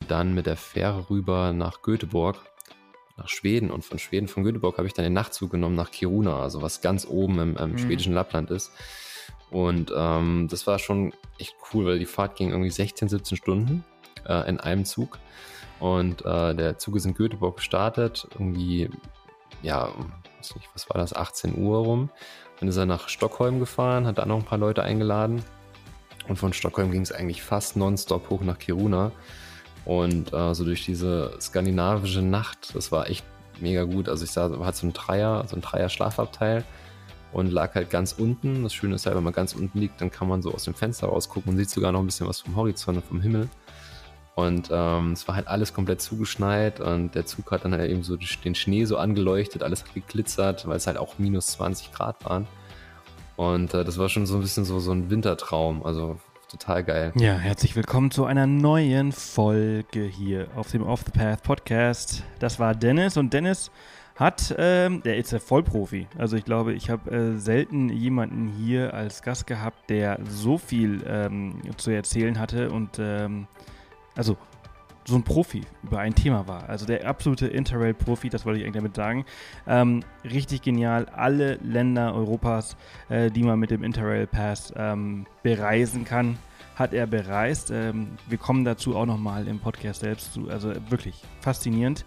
dann mit der Fähre rüber nach Göteborg, nach Schweden. Und von Göteborg habe ich dann den Nachtzug genommen nach Kiruna, also was ganz oben im schwedischen Lappland ist. Und das war schon echt cool, weil die Fahrt ging irgendwie 16, 17 Stunden in einem Zug. Und der Zug ist in Göteborg gestartet, irgendwie, weiß nicht, was war das, 18 Uhr rum. Dann ist er nach Stockholm gefahren, hat da noch ein paar Leute eingeladen. Und von Stockholm ging es eigentlich fast nonstop hoch nach Kiruna. Und so durch diese skandinavische Nacht, das war echt mega gut. Also ich hatte so ein Dreier-Schlafabteil und lag halt ganz unten. Das Schöne ist halt, wenn man ganz unten liegt, dann kann man so aus dem Fenster rausgucken und sieht sogar noch ein bisschen was vom Horizont und vom Himmel. Und es war halt alles komplett zugeschneit und der Zug hat dann halt eben so den Schnee so angeleuchtet, alles hat geglitzert, weil es halt auch minus 20 Grad waren. Und das war schon so ein bisschen so ein Wintertraum, also total geil. Ja, herzlich willkommen zu einer neuen Folge hier auf dem Off the Path Podcast. Das war Dennis und Dennis der ist der Vollprofi. Also ich glaube, ich habe selten jemanden hier als Gast gehabt, der so viel zu erzählen hatte und also so ein Profi über ein Thema war. Also der absolute Interrail-Profi, das wollte ich eigentlich damit sagen. Richtig genial. Alle Länder Europas, die man mit dem Interrail-Pass bereisen kann, hat er bereist. Wir kommen dazu auch nochmal im Podcast selbst zu. Also wirklich faszinierend,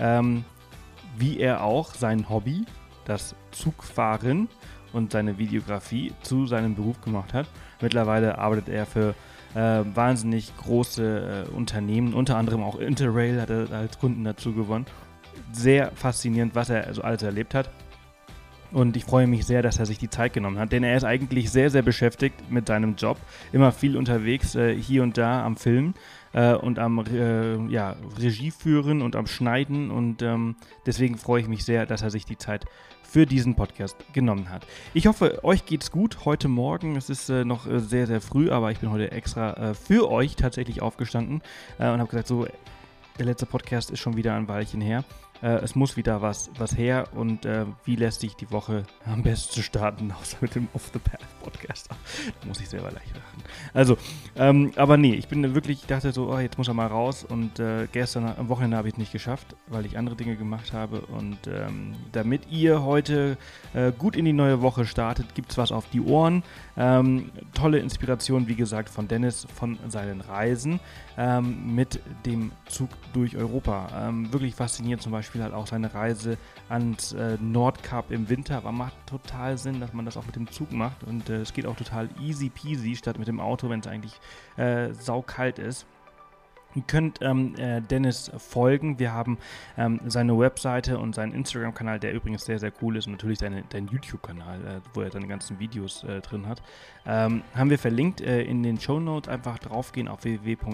wie er auch sein Hobby, das Zugfahren und seine Videografie zu seinem Beruf gemacht hat. Mittlerweile arbeitet er für wahnsinnig große Unternehmen, unter anderem auch Interrail hat er als Kunden dazu gewonnen. Sehr faszinierend, was er also alles erlebt hat. Und ich freue mich sehr, dass er sich die Zeit genommen hat, denn er ist eigentlich sehr, sehr beschäftigt mit seinem Job. Immer viel unterwegs, hier und da am Filmen und am Regie führen und am Schneiden. Und deswegen freue ich mich sehr, dass er sich die Zeit für diesen Podcast genommen hat. Ich hoffe, euch geht's gut heute Morgen. Es ist noch sehr, sehr früh, aber ich bin heute extra für euch tatsächlich aufgestanden und habe gesagt, so, der letzte Podcast ist schon wieder ein Weilchen her. Es muss wieder was her und wie lässt sich die Woche am besten starten, außer mit dem Off the Path Podcast. Da muss ich selber leicht lachen. Also, aber nee, ich dachte so, jetzt muss er mal raus und gestern am Wochenende habe ich es nicht geschafft, weil ich andere Dinge gemacht habe und damit ihr heute gut in die neue Woche startet, gibt es was auf die Ohren. Tolle Inspiration, wie gesagt, von Dennis von seinen Reisen mit dem Zug durch Europa. Wirklich faszinierend, zum Beispiel halt auch seine Reise ans Nordkap im Winter. Aber macht total Sinn, dass man das auch mit dem Zug macht und es geht auch total easy peasy statt mit dem Auto, wenn es eigentlich saukalt ist. Ihr könnt Dennis folgen. Wir haben seine Webseite und seinen Instagram-Kanal, der übrigens sehr, sehr cool ist, und natürlich seinen YouTube-Kanal, wo er seine ganzen Videos drin hat. Haben wir verlinkt in den Shownotes. Einfach draufgehen auf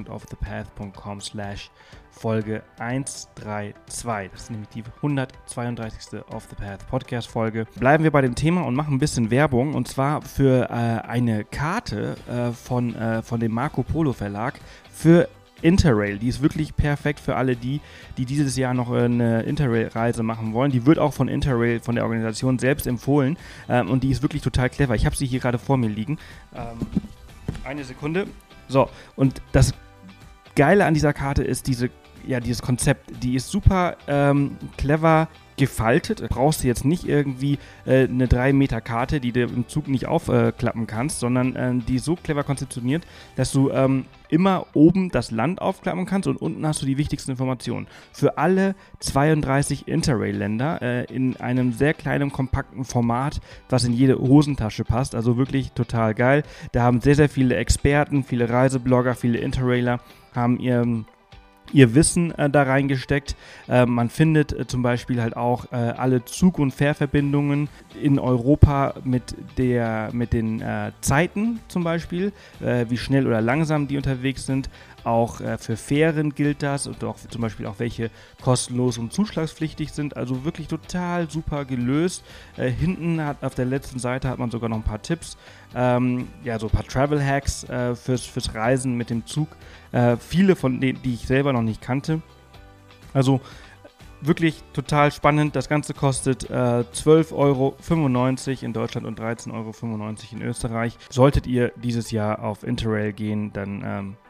www.offthepath.com/Folge 132. Das ist nämlich die 132. Off the Path Podcast-Folge. Bleiben wir bei dem Thema und machen ein bisschen Werbung, und zwar für eine Karte von dem Marco Polo Verlag für Interrail. Die ist wirklich perfekt für alle die dieses Jahr noch eine Interrail-Reise machen wollen. Die wird auch von Interrail, von der Organisation selbst empfohlen, und die ist wirklich total clever. Ich habe sie hier gerade vor mir liegen. Eine Sekunde. So, und das Geile an dieser Karte ist dieses Konzept. Die ist super clever gefaltet. Brauchst du jetzt nicht irgendwie eine 3 Meter Karte, die du im Zug nicht aufklappen kannst, sondern die ist so clever konzeptioniert, dass du immer oben das Land aufklappen kannst und unten hast du die wichtigsten Informationen. Für alle 32 Interrail-Länder in einem sehr kleinen, kompakten Format, was in jede Hosentasche passt. Also wirklich total geil. Da haben sehr, sehr viele Experten, viele Reiseblogger, viele Interrailer haben ihr Wissen da reingesteckt. Man findet zum Beispiel halt auch alle Zug- und Fährverbindungen in Europa mit den Zeiten zum Beispiel, wie schnell oder langsam die unterwegs sind. Auch für Fähren gilt das, und auch zum Beispiel auch welche kostenlos und zuschlagspflichtig sind. Also wirklich total super gelöst. Hinten auf der letzten Seite hat man sogar noch ein paar Tipps. So ein paar Travel-Hacks fürs Reisen mit dem Zug. Viele von denen, die ich selber noch nicht kannte. Also wirklich total spannend. Das Ganze kostet 12,95 Euro in Deutschland und 13,95 Euro in Österreich. Solltet ihr dieses Jahr auf Interrail gehen, dann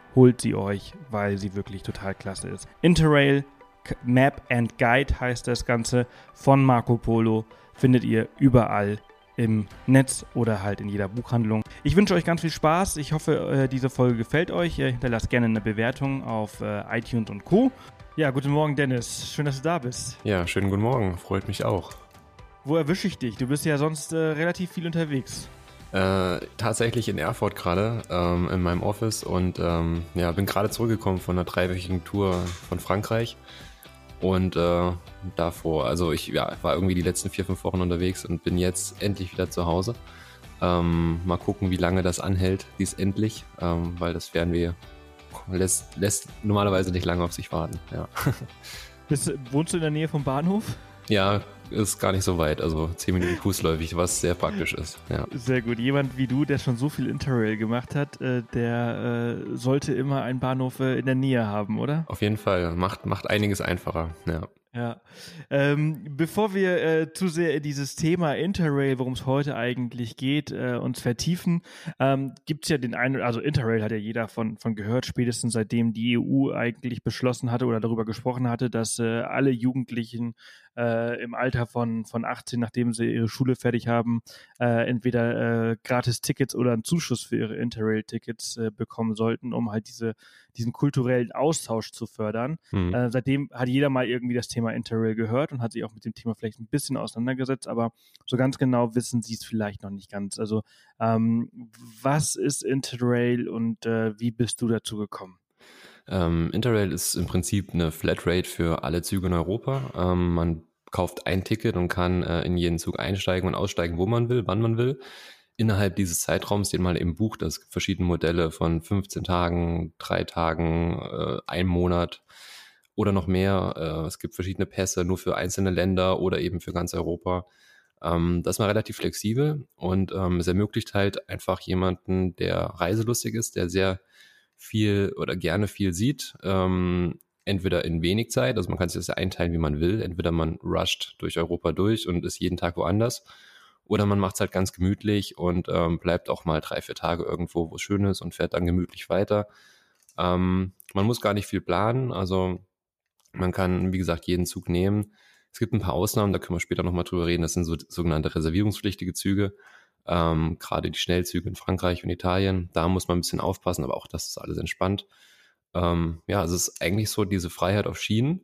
holt sie euch, weil sie wirklich total klasse ist. Interrail Map and Guide heißt das Ganze von Marco Polo. Findet ihr überall im Netz oder halt in jeder Buchhandlung. Ich wünsche euch ganz viel Spaß. Ich hoffe, diese Folge gefällt euch. Hinterlasst gerne eine Bewertung auf iTunes und Co. Ja, guten Morgen, Dennis. Schön, dass du da bist. Ja, schönen guten Morgen. Freut mich auch. Wo erwische ich dich? Du bist ja sonst relativ viel unterwegs. Tatsächlich in Erfurt gerade, in meinem Office und bin gerade zurückgekommen von einer 3-wöchigen Tour von Frankreich. Und davor, also ich war irgendwie die letzten 4-5 Wochen unterwegs und bin jetzt endlich wieder zu Hause. Mal gucken, wie lange das anhält, dies endlich, weil das Fernweh lässt normalerweise nicht lange auf sich warten. Ja. Wohnst du in der Nähe vom Bahnhof? Ja, ist gar nicht so weit, also 10 Minuten fußläufig, was sehr praktisch ist. Ja. Sehr gut. Jemand wie du, der schon so viel Interrail gemacht hat, der sollte immer einen Bahnhof in der Nähe haben, oder? Auf jeden Fall, macht einiges einfacher, ja. Ja. Bevor wir zu sehr in dieses Thema Interrail, worum es heute eigentlich geht, uns vertiefen, gibt es ja den einen, also Interrail hat ja jeder von gehört, spätestens seitdem die EU eigentlich beschlossen hatte oder darüber gesprochen hatte, dass alle Jugendlichen im Alter von 18, nachdem sie ihre Schule fertig haben, entweder gratis Tickets oder einen Zuschuss für ihre Interrail-Tickets bekommen sollten, um halt diesen kulturellen Austausch zu fördern. Seitdem hat jeder mal irgendwie das Thema Interrail gehört und hat sich auch mit dem Thema vielleicht ein bisschen auseinandergesetzt, aber so ganz genau wissen sie es vielleicht noch nicht ganz. Also was ist Interrail und wie bist du dazu gekommen? Interrail ist im Prinzip eine Flatrate für alle Züge in Europa. Man kauft ein Ticket und kann in jeden Zug einsteigen und aussteigen, wo man will, wann man will. Innerhalb dieses Zeitraums, den man eben bucht, es gibt verschiedene Modelle von 15 Tagen, 3 Tagen, 1 Monat oder noch mehr. Es gibt verschiedene Pässe nur für einzelne Länder oder eben für ganz Europa. Das ist mal relativ flexibel und es ermöglicht halt einfach jemanden, der reiselustig ist, der sehr viel oder gerne viel sieht, entweder in wenig Zeit, also man kann sich das ja einteilen, wie man will, entweder man rusht durch Europa durch und ist jeden Tag woanders, oder man macht es halt ganz gemütlich und bleibt auch mal 3-4 Tage irgendwo, wo es schön ist und fährt dann gemütlich weiter. Man muss gar nicht viel planen, also man kann, wie gesagt, jeden Zug nehmen. Es gibt ein paar Ausnahmen, da können wir später nochmal drüber reden, das sind so sogenannte reservierungspflichtige Züge, gerade die Schnellzüge in Frankreich und Italien, da muss man ein bisschen aufpassen, aber auch das ist alles entspannt. Es ist eigentlich so diese Freiheit auf Schienen.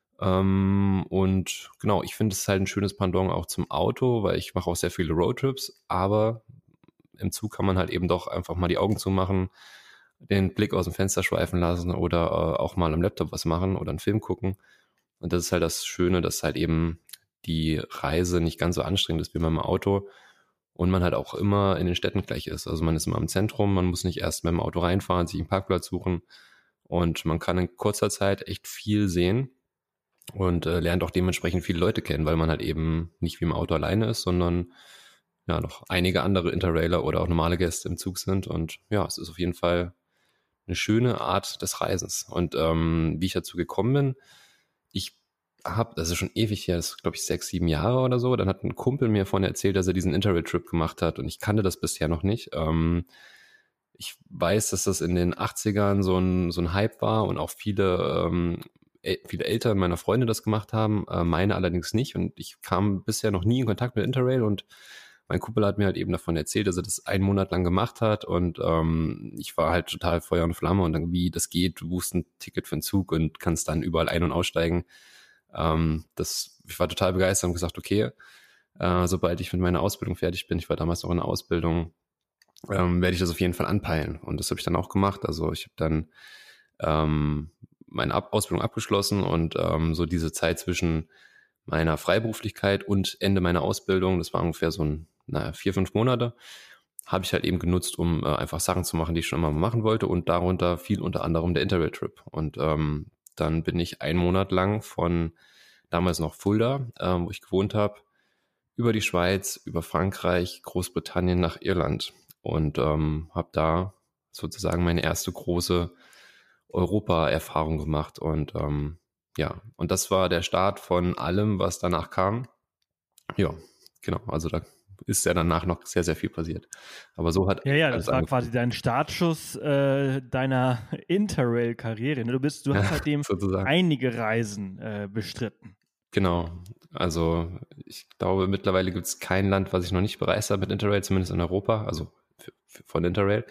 Und genau, ich finde es ist halt ein schönes Pendant auch zum Auto, weil ich mache auch sehr viele Roadtrips, aber im Zug kann man halt eben doch einfach mal die Augen zumachen, den Blick aus dem Fenster schweifen lassen oder auch mal am Laptop was machen oder einen Film gucken. Und das ist halt das Schöne, dass halt eben die Reise nicht ganz so anstrengend ist wie beim Auto und man halt auch immer in den Städten gleich ist. Also man ist immer im Zentrum, man muss nicht erst mit dem Auto reinfahren, sich einen Parkplatz suchen und man kann in kurzer Zeit echt viel sehen und lernt auch dementsprechend viele Leute kennen, weil man halt eben nicht wie im Auto alleine ist, sondern ja noch einige andere Interrailer oder auch normale Gäste im Zug sind. Und ja, es ist auf jeden Fall eine schöne Art des Reisens. Und wie ich dazu gekommen bin, das ist schon ewig her, das ist glaube ich 6-7 Jahre oder so, dann hat ein Kumpel mir vorhin erzählt, dass er diesen Interrail-Trip gemacht hat und ich kannte das bisher noch nicht. Ich weiß, dass das in den 80ern so ein Hype war und auch viele Eltern meiner Freunde das gemacht haben, meine allerdings nicht und ich kam bisher noch nie in Kontakt mit Interrail und mein Kumpel hat mir halt eben davon erzählt, dass er das 1 Monat lang gemacht hat und ich war halt total Feuer und Flamme und dann wie das geht, du buchst ein Ticket für einen Zug und kannst dann überall ein- und aussteigen. Ich war total begeistert und gesagt, okay, sobald ich mit meiner Ausbildung fertig bin, ich war damals noch in der Ausbildung, werde ich das auf jeden Fall anpeilen und das habe ich dann auch gemacht. Also ich habe dann meine Ausbildung abgeschlossen und so diese Zeit zwischen meiner Freiberuflichkeit und Ende meiner Ausbildung, das war ungefähr so 4-5 Monate, habe ich halt eben genutzt, um einfach Sachen zu machen, die ich schon immer mal machen wollte und darunter fiel unter anderem der Interrail-Trip. Und dann bin ich 1 Monat lang von damals noch Fulda, wo ich gewohnt habe, über die Schweiz, über Frankreich, Großbritannien nach Irland und habe da sozusagen meine erste große Europa-Erfahrung gemacht und und das war der Start von allem, was danach kam. Ja, genau, also da ist ja danach noch sehr, sehr viel passiert. Aber so hat Ja, alles das war angefangen. quasi dein Startschuss deiner Interrail-Karriere. Ne? Du hast seitdem sozusagen. einige Reisen bestritten. Genau. Also ich glaube, mittlerweile gibt es kein Land, was ich noch nicht bereist habe mit Interrail, zumindest in Europa, also von Interrail.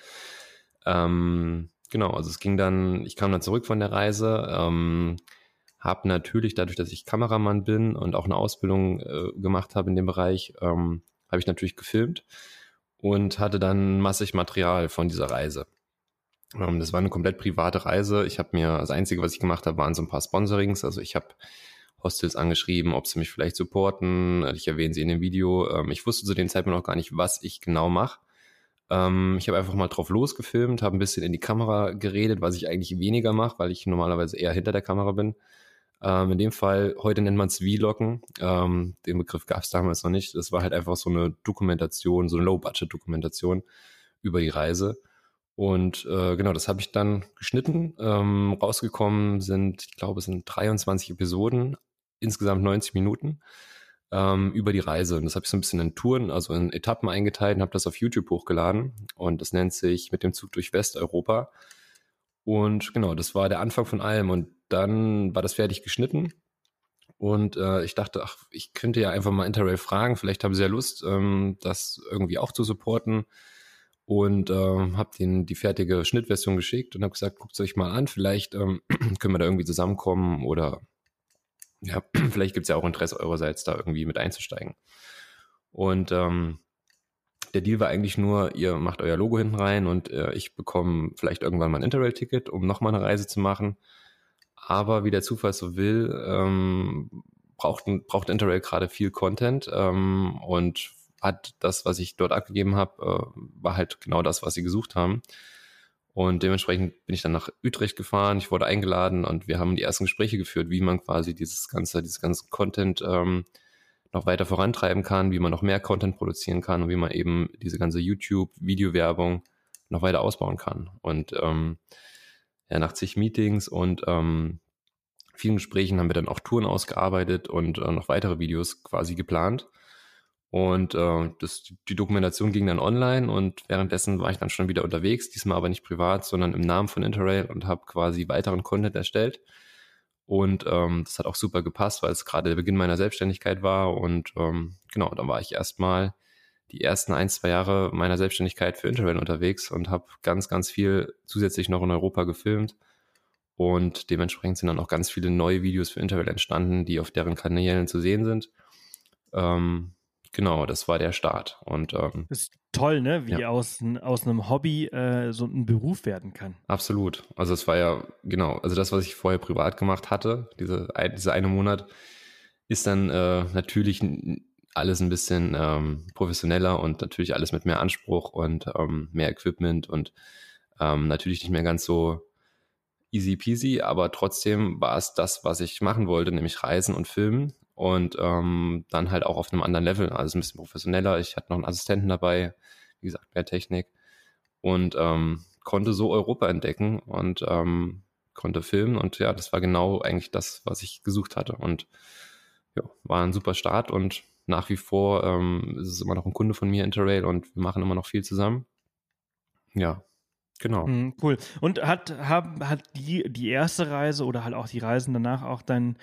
Genau, also ich kam dann zurück von der Reise, habe natürlich dadurch, dass ich Kameramann bin und auch eine Ausbildung gemacht habe in dem Bereich, habe ich natürlich gefilmt und hatte dann massig Material von dieser Reise. Das war eine komplett private Reise. Das Einzige, was ich gemacht habe, waren so ein paar Sponsorings. Also ich habe Hostels angeschrieben, ob sie mich vielleicht supporten. Ich erwähne sie in dem Video. Ich wusste zu dem Zeitpunkt noch gar nicht, was ich genau mache. Ich habe einfach mal drauf losgefilmt, habe ein bisschen in die Kamera geredet, was ich eigentlich weniger mache, weil ich normalerweise eher hinter der Kamera bin. In dem Fall, heute nennt man es Vloggen. Den Begriff gab es damals noch nicht. Das war halt einfach so eine Dokumentation, so eine Low-Budget-Dokumentation über die Reise. Und genau, das habe ich dann geschnitten. Rausgekommen sind, ich glaube, es sind 23 Episoden, insgesamt 90 Minuten über die Reise. Und das habe ich so ein bisschen in Touren, also in Etappen eingeteilt und habe das auf YouTube hochgeladen. Und das nennt sich Mit dem Zug durch Westeuropa. Und genau, das war der Anfang von allem. Und dann war das fertig geschnitten. Und ich dachte, ach, ich könnte ja einfach mal Interrail fragen. Vielleicht haben sie ja Lust, das irgendwie auch zu supporten. Und habe denen die fertige Schnittversion geschickt und habe gesagt, guckt es euch mal an. Vielleicht können wir da irgendwie zusammenkommen oder ja, vielleicht gibt es ja auch Interesse eurerseits, da irgendwie mit einzusteigen. Und der Deal war eigentlich nur, ihr macht euer Logo hinten rein und ich bekomme vielleicht irgendwann mal ein Interrail-Ticket, um nochmal eine Reise zu machen. Aber wie der Zufall so will, braucht Interrail gerade viel Content und hat das, was ich dort abgegeben habe, war halt genau das, was sie gesucht haben. Und dementsprechend bin ich dann nach Utrecht gefahren, ich wurde eingeladen und wir haben die ersten Gespräche geführt, wie man quasi dieses ganze Content noch weiter vorantreiben kann, wie man noch mehr Content produzieren kann und wie man eben diese ganze YouTube-Videowerbung noch weiter ausbauen kann. Und ja, nach zig Meetings und vielen Gesprächen haben wir dann auch Touren ausgearbeitet und noch weitere Videos quasi geplant. Und die Dokumentation ging dann online und währenddessen war ich dann schon wieder unterwegs, diesmal aber nicht privat, sondern im Namen von Interrail und habe quasi weiteren Content erstellt. Und das hat auch super gepasst, weil es gerade der Beginn meiner Selbstständigkeit war. Und genau, dann war ich erstmal die ersten 1-2 Jahre meiner Selbstständigkeit für Interrail unterwegs und habe ganz, ganz viel zusätzlich noch in Europa gefilmt. Und dementsprechend sind dann auch ganz viele neue Videos für Interrail entstanden, die auf deren Kanälen zu sehen sind. Genau, das war der Start. Und Das ist toll, ne? Wie ja. aus einem Hobby so ein Beruf werden kann. Absolut. Also es war ja, genau, also das, was ich vorher privat gemacht hatte, dieser eine Monat, ist dann natürlich alles ein bisschen professioneller und natürlich alles mit mehr Anspruch und mehr Equipment und natürlich nicht mehr ganz so easy peasy, aber trotzdem war es das, was ich machen wollte, nämlich reisen und filmen und dann halt auch auf einem anderen Level, also ein bisschen professioneller. Ich hatte noch einen Assistenten dabei, wie gesagt, mehr Technik und konnte so Europa entdecken und konnte filmen und ja, das war genau eigentlich das, was ich gesucht hatte und ja, war ein super Start und nach wie vor ist es immer noch ein Kunde von mir, Interrail, und wir machen immer noch viel zusammen. Ja, genau. Cool. Und hat die erste Reise oder halt auch die Reisen danach auch deinen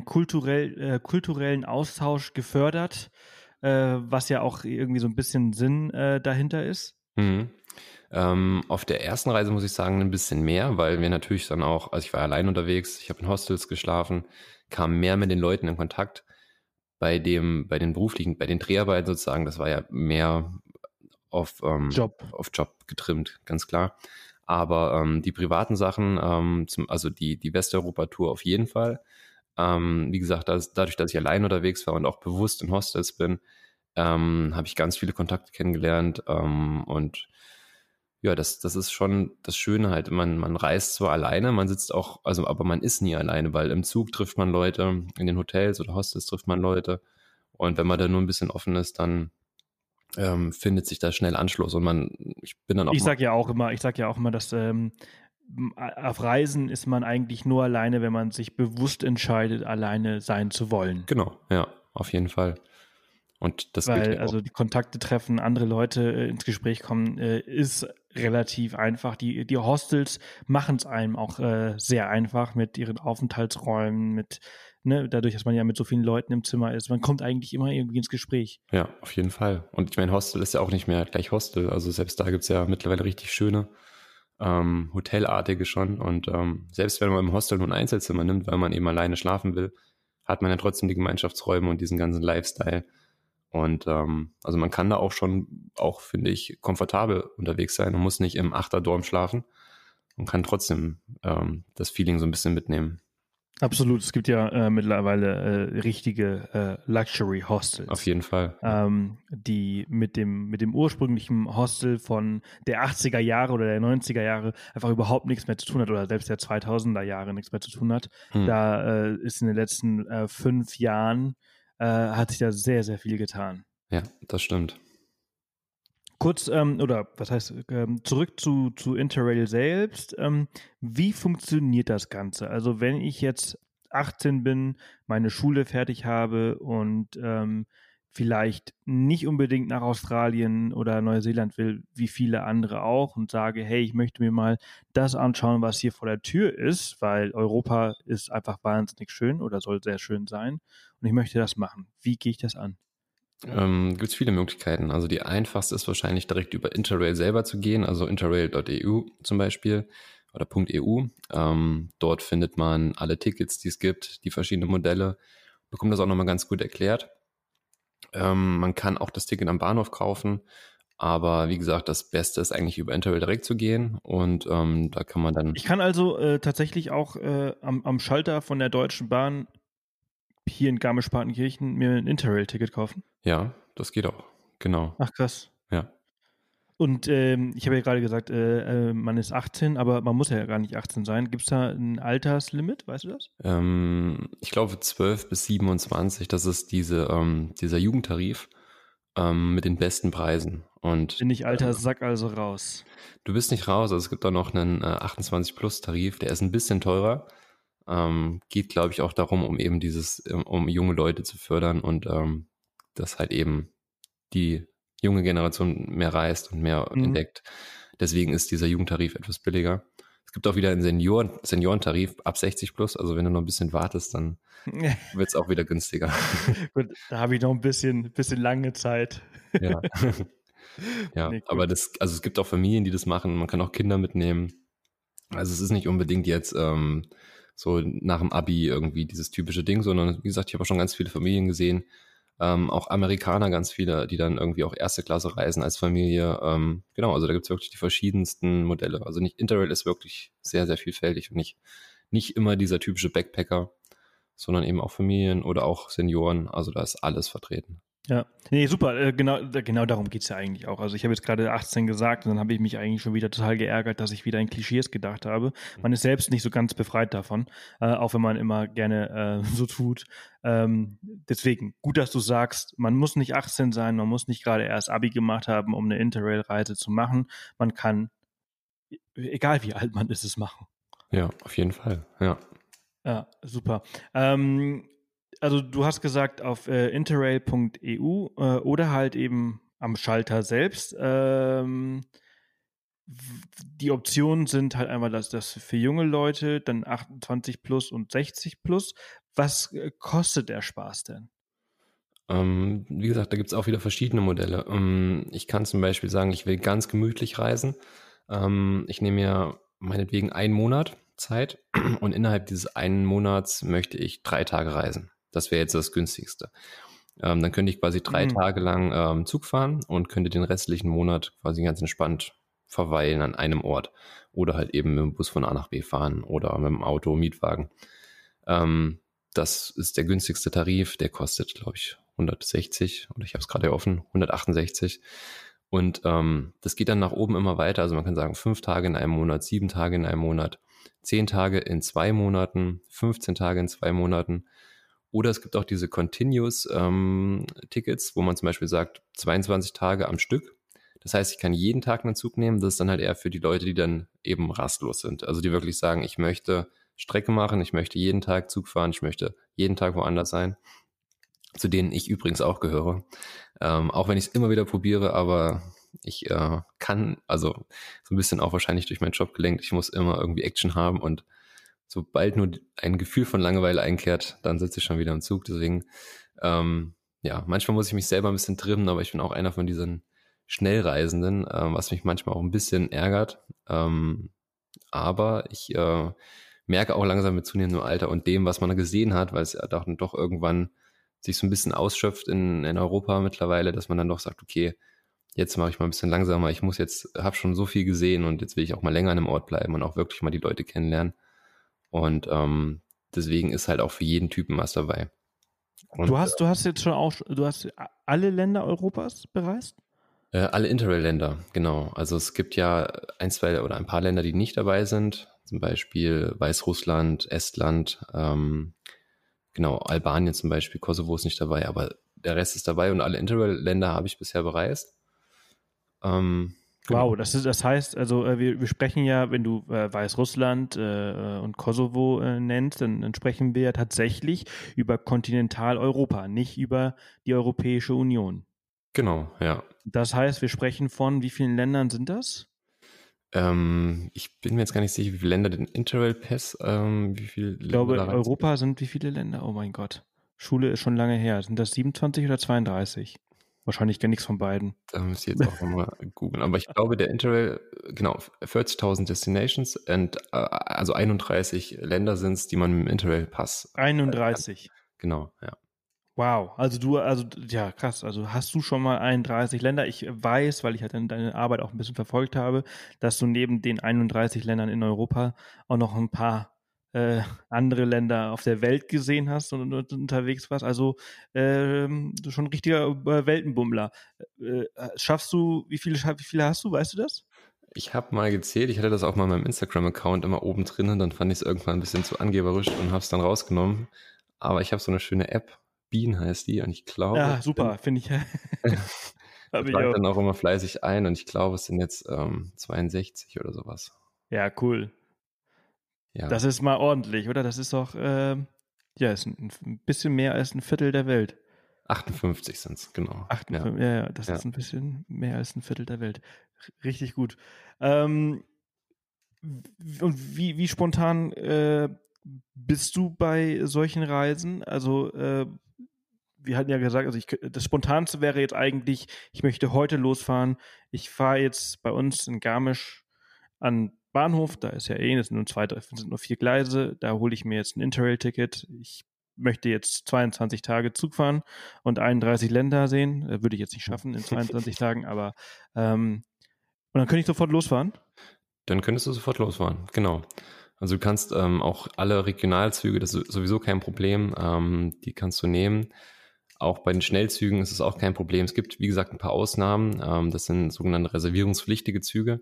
kulturellen Austausch gefördert, was ja auch irgendwie so ein bisschen Sinn dahinter ist? Mhm. Auf der ersten Reise muss ich sagen, ein bisschen mehr, weil wir natürlich dann auch, also ich war allein unterwegs, ich habe in Hostels geschlafen, kam mehr mit den Leuten in Kontakt. Bei den Dreharbeiten sozusagen, das war ja mehr auf Job getrimmt, ganz klar. Aber die privaten Sachen, also die Westeuropa-Tour auf jeden Fall. Wie gesagt, dadurch, dass ich allein unterwegs war und auch bewusst in Hostels bin, habe ich ganz viele Kontakte kennengelernt und ja, das ist schon das Schöne halt. Man reist zwar alleine, man sitzt auch, also aber man ist nie alleine, weil im Zug trifft man Leute, in den Hotels oder Hostels trifft man Leute und wenn man da nur ein bisschen offen ist, dann findet sich da schnell Anschluss und ich bin dann auch Ich sag ja auch immer, dass auf Reisen ist man eigentlich nur alleine, wenn man sich bewusst entscheidet, alleine sein zu wollen. Genau, ja, auf jeden Fall. Und das gilt Weil ja auch. also die Kontakte treffen, andere Leute ins Gespräch kommen, ist relativ einfach. Die Hostels machen es einem auch sehr einfach mit ihren Aufenthaltsräumen, dadurch, dass man ja mit so vielen Leuten im Zimmer ist. Man kommt eigentlich immer irgendwie ins Gespräch. Ja, auf jeden Fall. Und ich meine, Hostel ist ja auch nicht mehr gleich Hostel. Also selbst da gibt's ja mittlerweile richtig schöne Hotelartige schon. Und selbst wenn man im Hostel nur ein Einzelzimmer nimmt, weil man eben alleine schlafen will, hat man ja trotzdem die Gemeinschaftsräume und diesen ganzen Lifestyle. Und also man kann da auch schon, auch finde ich, komfortabel unterwegs sein und muss nicht im Achterdorm schlafen und kann trotzdem das Feeling so ein bisschen mitnehmen. Absolut. Es gibt ja mittlerweile richtige Luxury-Hostels. Auf jeden Fall. Die mit dem ursprünglichen Hostel von der 80er Jahre oder der 90er Jahre einfach überhaupt nichts mehr zu tun hat oder selbst der 2000er Jahre nichts mehr zu tun hat. Da ist in den letzten 5 Jahren hat sich da sehr, sehr viel getan. Ja, das stimmt. Kurz, zurück zu Interrail selbst. Wie funktioniert das Ganze? Also wenn ich jetzt 18 bin, meine Schule fertig habe und vielleicht nicht unbedingt nach Australien oder Neuseeland will, wie viele andere auch, und sage, hey, ich möchte mir mal das anschauen, was hier vor der Tür ist, weil Europa ist einfach wahnsinnig schön oder soll sehr schön sein und ich möchte das machen. Wie gehe ich das an? Gibt es viele Möglichkeiten. Also die einfachste ist wahrscheinlich direkt über Interrail selber zu gehen, also interrail.eu zum Beispiel oder .eu. Dort findet man alle Tickets, die es gibt, die verschiedenen Modelle, bekommt das auch nochmal ganz gut erklärt. Man kann auch das Ticket am Bahnhof kaufen, aber wie gesagt, das Beste ist eigentlich über Interrail direkt zu gehen und da kann man dann... Ich kann also tatsächlich auch am Schalter von der Deutschen Bahn hier in Garmisch-Partenkirchen mir ein Interrail-Ticket kaufen? Ja, das geht auch, genau. Ach krass. Ja. Und ich habe ja gerade gesagt, man ist 18, aber man muss ja gar nicht 18 sein. Gibt es da ein Alterslimit, weißt du das? Ich glaube 12 bis 27, das ist dieser Jugendtarif mit den besten Preisen. Und Bin ich alter Sack also raus. du bist nicht raus, also es gibt auch noch einen 28-Plus-Tarif, der ist ein bisschen teurer. Geht, glaube ich, auch darum, um eben um junge Leute zu fördern und dass halt eben die junge Generation mehr reist und mehr entdeckt. Deswegen ist dieser Jugendtarif etwas billiger. Es gibt auch wieder einen Seniorentarif ab 60 plus, also wenn du noch ein bisschen wartest, dann wird es auch wieder günstiger. Gut, da habe ich noch ein bisschen lange Zeit. Ja, ja, Nee, aber also es gibt auch Familien, die das machen, man kann auch Kinder mitnehmen. Also es ist nicht unbedingt jetzt so nach dem Abi irgendwie dieses typische Ding, sondern wie gesagt, ich habe auch schon ganz viele Familien gesehen, auch Amerikaner ganz viele, die dann irgendwie auch erste Klasse reisen als Familie. Genau, also da gibt's wirklich die verschiedensten Modelle. Also Interrail ist wirklich sehr, sehr vielfältig und nicht immer dieser typische Backpacker, sondern eben auch Familien oder auch Senioren. Also da ist alles vertreten. Ja, nee, super, genau darum geht's ja eigentlich auch. Also ich habe jetzt gerade 18 gesagt und dann habe ich mich eigentlich schon wieder total geärgert, dass ich wieder in Klischees gedacht habe. Man ist selbst nicht so ganz befreit davon, auch wenn man immer gerne so tut. Deswegen, gut, dass du sagst, man muss nicht 18 sein, man muss nicht gerade erst Abi gemacht haben, um eine Interrail-Reise zu machen. Man kann, egal wie alt man ist, es machen. Ja, auf jeden Fall, ja. Ja, super. Also du hast gesagt auf interrail.eu oder halt eben am Schalter selbst. Die Optionen sind halt einmal das für junge Leute, dann 28 plus und 60 plus. Was kostet der Spaß denn? Wie gesagt, da gibt's auch wieder verschiedene Modelle. Ich kann zum Beispiel sagen, ich will ganz gemütlich reisen. Ich nehme mir meinetwegen 1 Monat Zeit und innerhalb dieses 1 Monats möchte ich 3 Tage reisen. Das wäre jetzt das günstigste. Dann könnte ich quasi 3 Tage lang Zug fahren und könnte den restlichen Monat quasi ganz entspannt verweilen an einem Ort. Oder halt eben mit dem Bus von A nach B fahren oder mit dem Auto, Mietwagen. Das ist der günstigste Tarif, der kostet, glaube ich, 160 oder ich habe es gerade offen, 168. Und das geht dann nach oben immer weiter. Also man kann sagen 5 Tage in einem Monat, 7 Tage in einem Monat, 10 Tage in 2 Monaten, 15 Tage in 2 Monaten. Oder es gibt auch diese Continuous-Tickets, wo man zum Beispiel sagt 22 Tage am Stück. Das heißt, ich kann jeden Tag einen Zug nehmen. Das ist dann halt eher für die Leute, die dann eben rastlos sind. Also die wirklich sagen, ich möchte Strecke machen, ich möchte jeden Tag Zug fahren, ich möchte jeden Tag woanders sein. zu denen ich übrigens auch gehöre. Auch wenn ich es immer wieder probiere, aber ich kann, also so ein bisschen auch wahrscheinlich durch meinen Job gelenkt, ich muss immer irgendwie Action haben und sobald nur ein Gefühl von Langeweile einkehrt, dann sitze ich schon wieder im Zug. Deswegen, ja, manchmal muss ich mich selber ein bisschen trimmen, aber ich bin auch einer von diesen Schnellreisenden, was mich manchmal auch ein bisschen ärgert. Aber ich merke auch langsam mit zunehmendem Alter und dem, was man gesehen hat, weil es ja doch irgendwann sich so ein bisschen ausschöpft in Europa mittlerweile, dass man dann doch sagt, okay, jetzt mache ich mal ein bisschen langsamer, habe schon so viel gesehen und jetzt will ich auch mal länger an einem Ort bleiben und auch wirklich mal die Leute kennenlernen. Und deswegen ist halt auch für jeden Typen was dabei. Und, du hast jetzt schon auch, du hast alle Länder Europas bereist? Alle Interrail-Länder, genau. Also es gibt ja ein, zwei oder ein paar Länder, die nicht dabei sind. Zum Beispiel Weißrussland, Estland, genau, Albanien zum Beispiel, Kosovo ist nicht dabei, aber der Rest ist dabei und alle Interrail-Länder habe ich bisher bereist. Genau. Wow, das heißt, also wir sprechen ja, wenn du Weißrussland und Kosovo nennst, dann sprechen wir ja tatsächlich über Kontinentaleuropa, nicht über die Europäische Union. Genau, ja. Das heißt, wir sprechen von wie vielen Ländern sind das? Ich bin mir jetzt gar nicht sicher, wie viele Länder den Interrail-Pass, wie viele Länder Ich glaube, da rein Europa sind wie viele Länder? Oh mein Gott. Schule ist schon lange her. Sind das 27 oder 32? Wahrscheinlich gar nichts von beiden. Da müsst ihr jetzt auch nochmal googeln. Aber ich glaube, der Interrail, genau, 40.000 Destinations und also 31 Länder sind es, die man mit dem Interrail-Pass 31. Genau, ja. Wow, ja, krass. Also hast du schon mal 31 Länder? Ich weiß, weil ich halt deine Arbeit auch ein bisschen verfolgt habe, dass du neben den 31 Ländern in Europa auch noch ein paar andere Länder auf der Welt gesehen hast und unterwegs warst. Also schon ein richtiger Weltenbummler. Schaffst du, wie viele hast du? Weißt du das? Ich habe mal gezählt, ich hatte das auch mal in meinem Instagram-Account immer oben drin und dann fand ich es irgendwann ein bisschen zu angeberisch und habe es dann rausgenommen. Aber ich habe so eine schöne App, Bean heißt die, und ich glaube. Ja, super, finde ich. Da trage ich dann auch immer fleißig ein und ich glaube, es sind jetzt 62 oder sowas. Ja, cool. Ja. Das ist mal ordentlich, oder? Das ist doch, ist ein bisschen mehr als ein Viertel der Welt. 58 sind es, genau. 58, ja, das ist ein bisschen mehr als ein Viertel der Welt. Richtig gut. Und wie spontan bist du bei solchen Reisen? Also wir hatten ja gesagt, also das Spontanste wäre jetzt eigentlich, ich möchte heute losfahren. Ich fahre jetzt bei uns in Garmisch an Bahnhof, da ist ja das sind nur 4 Gleise, da hole ich mir jetzt ein Interrail-Ticket. Ich möchte jetzt 22 Tage Zug fahren und 31 Länder sehen. Würde ich jetzt nicht schaffen in 22 Tagen, aber und dann könnte ich sofort losfahren? Dann könntest du sofort losfahren, genau. Also du kannst auch alle Regionalzüge, das ist sowieso kein Problem, die kannst du nehmen. Auch bei den Schnellzügen ist es auch kein Problem. Es gibt, wie gesagt, ein paar Ausnahmen. Das sind sogenannte reservierungspflichtige Züge.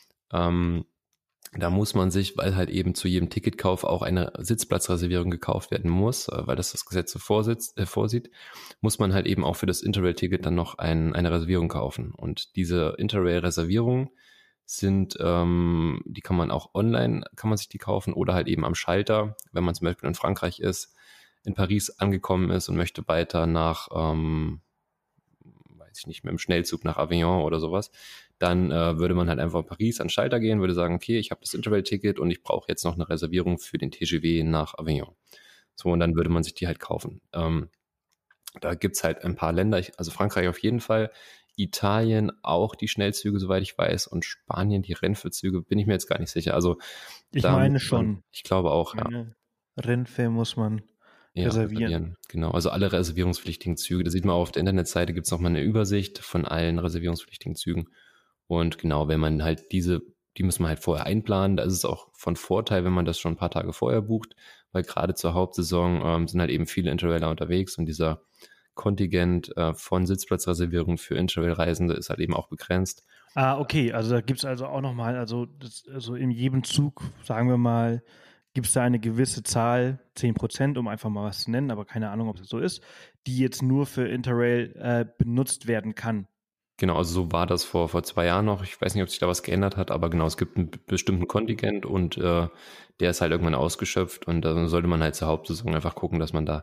Da muss man sich, weil halt eben zu jedem Ticketkauf auch eine Sitzplatzreservierung gekauft werden muss, weil das Gesetz so vorsieht, muss man halt eben auch für das Interrail-Ticket dann noch eine Reservierung kaufen. Und diese Interrail-Reservierungen sind, die kann man auch online, kann man sich die kaufen oder halt eben am Schalter, wenn man zum Beispiel in Frankreich ist, in Paris angekommen ist und möchte weiter nach, weiß ich nicht, mit dem Schnellzug nach Avignon oder sowas, dann würde man halt einfach in Paris an den Schalter gehen, würde sagen, okay, ich habe das Interrail-Ticket und ich brauche jetzt noch eine Reservierung für den TGV nach Avignon. So, und dann würde man sich die halt kaufen. Da gibt's halt ein paar Länder, also Frankreich auf jeden Fall, Italien auch die Schnellzüge, soweit ich weiß, und Spanien die Rennfahrzüge, bin ich mir jetzt gar nicht sicher. Also ich meine schon. Ich glaube auch, ja. Rennfahrt muss man reservieren. Genau, also alle reservierungspflichtigen Züge. Da sieht man auch auf der Internetseite, gibt es nochmal eine Übersicht von allen reservierungspflichtigen Zügen. Und genau, wenn man halt die muss man halt vorher einplanen. Da ist es auch von Vorteil, wenn man das schon ein paar Tage vorher bucht, weil gerade zur Hauptsaison sind halt eben viele Interrailer unterwegs und dieser Kontingent von Sitzplatzreservierungen für Interrail-Reisende ist halt eben auch begrenzt. Ah, okay, also da gibt es also auch nochmal, also in jedem Zug, sagen wir mal, gibt es da eine gewisse Zahl, 10%, um einfach mal was zu nennen, aber keine Ahnung, ob das so ist, die jetzt nur für Interrail benutzt werden kann. Genau, also so war das vor 2 Jahren noch. Ich weiß nicht, ob sich da was geändert hat, aber genau, es gibt einen bestimmten Kontingent und der ist halt irgendwann ausgeschöpft und da sollte man halt zur Hauptsaison einfach gucken, dass man da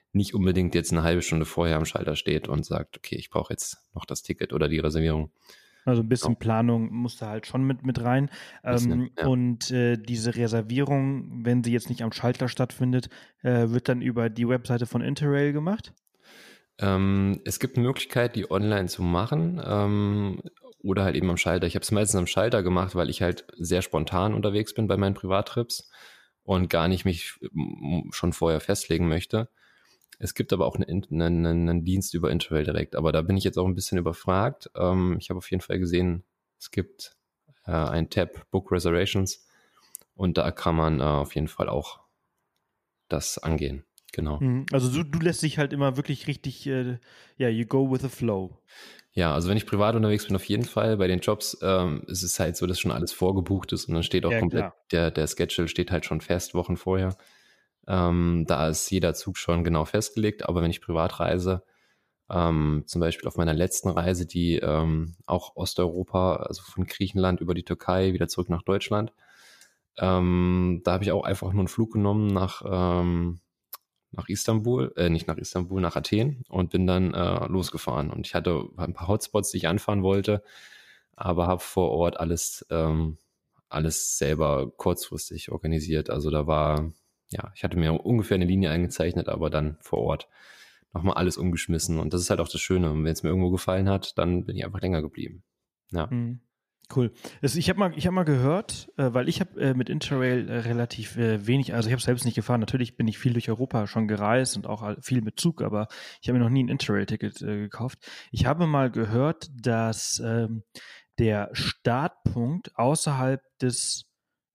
nicht unbedingt jetzt eine halbe Stunde vorher am Schalter steht und sagt, okay, ich brauche jetzt noch das Ticket oder die Reservierung. Also ein bisschen Planung muss da halt schon mit rein. Und diese Reservierung, wenn sie jetzt nicht am Schalter stattfindet, wird dann über die Webseite von Interrail gemacht? Es gibt eine Möglichkeit, die online zu machen oder halt eben am Schalter. Ich habe es meistens am Schalter gemacht, weil ich halt sehr spontan unterwegs bin bei meinen Privattrips und gar nicht mich schon vorher festlegen möchte. Es gibt aber auch einen Dienst über Interrail direkt, aber da bin ich jetzt auch ein bisschen überfragt. Ich habe auf jeden Fall gesehen, es gibt ein Tab Book Reservations und da kann man auf jeden Fall auch das angehen. Genau. Also du lässt dich halt immer wirklich richtig, you go with the flow. Ja, also wenn ich privat unterwegs bin, auf jeden Fall. Bei den Jobs ist es halt so, dass schon alles vorgebucht ist und dann steht auch komplett, der Schedule steht halt schon fest, Wochen vorher. Da ist jeder Zug schon genau festgelegt, aber wenn ich privat reise, zum Beispiel auf meiner letzten Reise, die auch Osteuropa, also von Griechenland über die Türkei wieder zurück nach Deutschland, da habe ich auch einfach nur einen Flug genommen nach Istanbul, nicht nach Istanbul, nach Athen und bin dann losgefahren. Und ich hatte ein paar Hotspots, die ich anfahren wollte, aber habe vor Ort alles selber kurzfristig organisiert. Also da war, ja, ich hatte mir ungefähr eine Linie eingezeichnet, aber dann vor Ort nochmal alles umgeschmissen. Und das ist halt auch das Schöne. Und wenn es mir irgendwo gefallen hat, dann bin ich einfach länger geblieben. Ja. Cool. Ich hab mal gehört, weil ich habe mit Interrail relativ wenig, also ich habe selbst nicht gefahren. Natürlich bin ich viel durch Europa schon gereist und auch viel mit Zug, aber ich habe mir noch nie ein Interrail-Ticket gekauft. Ich habe mal gehört, dass der Startpunkt außerhalb des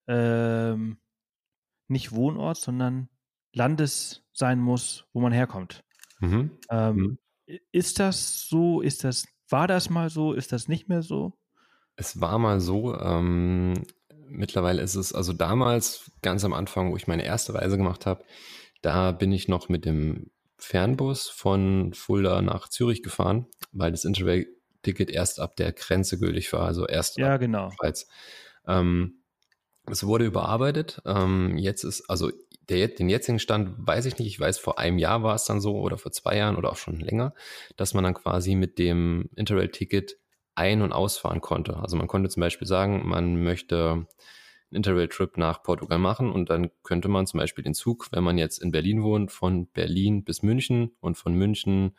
nicht Wohnorts, sondern Landes sein muss, wo man herkommt. Ist das so? War das mal so? Ist das nicht mehr so? Es war mal so, mittlerweile ist es, also damals, ganz am Anfang, wo ich meine erste Reise gemacht habe, da bin ich noch mit dem Fernbus von Fulda nach Zürich gefahren, weil das Interrail-Ticket erst ab der Grenze gültig war, also erst ab der Schweiz. Es wurde überarbeitet. Jetzt ist, also den jetzigen Stand weiß ich nicht. Ich weiß, vor einem Jahr war es dann so oder vor 2 Jahren oder auch schon länger, dass man dann quasi mit dem Interrail-Ticket ein- und ausfahren konnte. Also man konnte zum Beispiel sagen, man möchte einen Interrail-Trip nach Portugal machen und dann könnte man zum Beispiel den Zug, wenn man jetzt in Berlin wohnt, von Berlin bis München und von München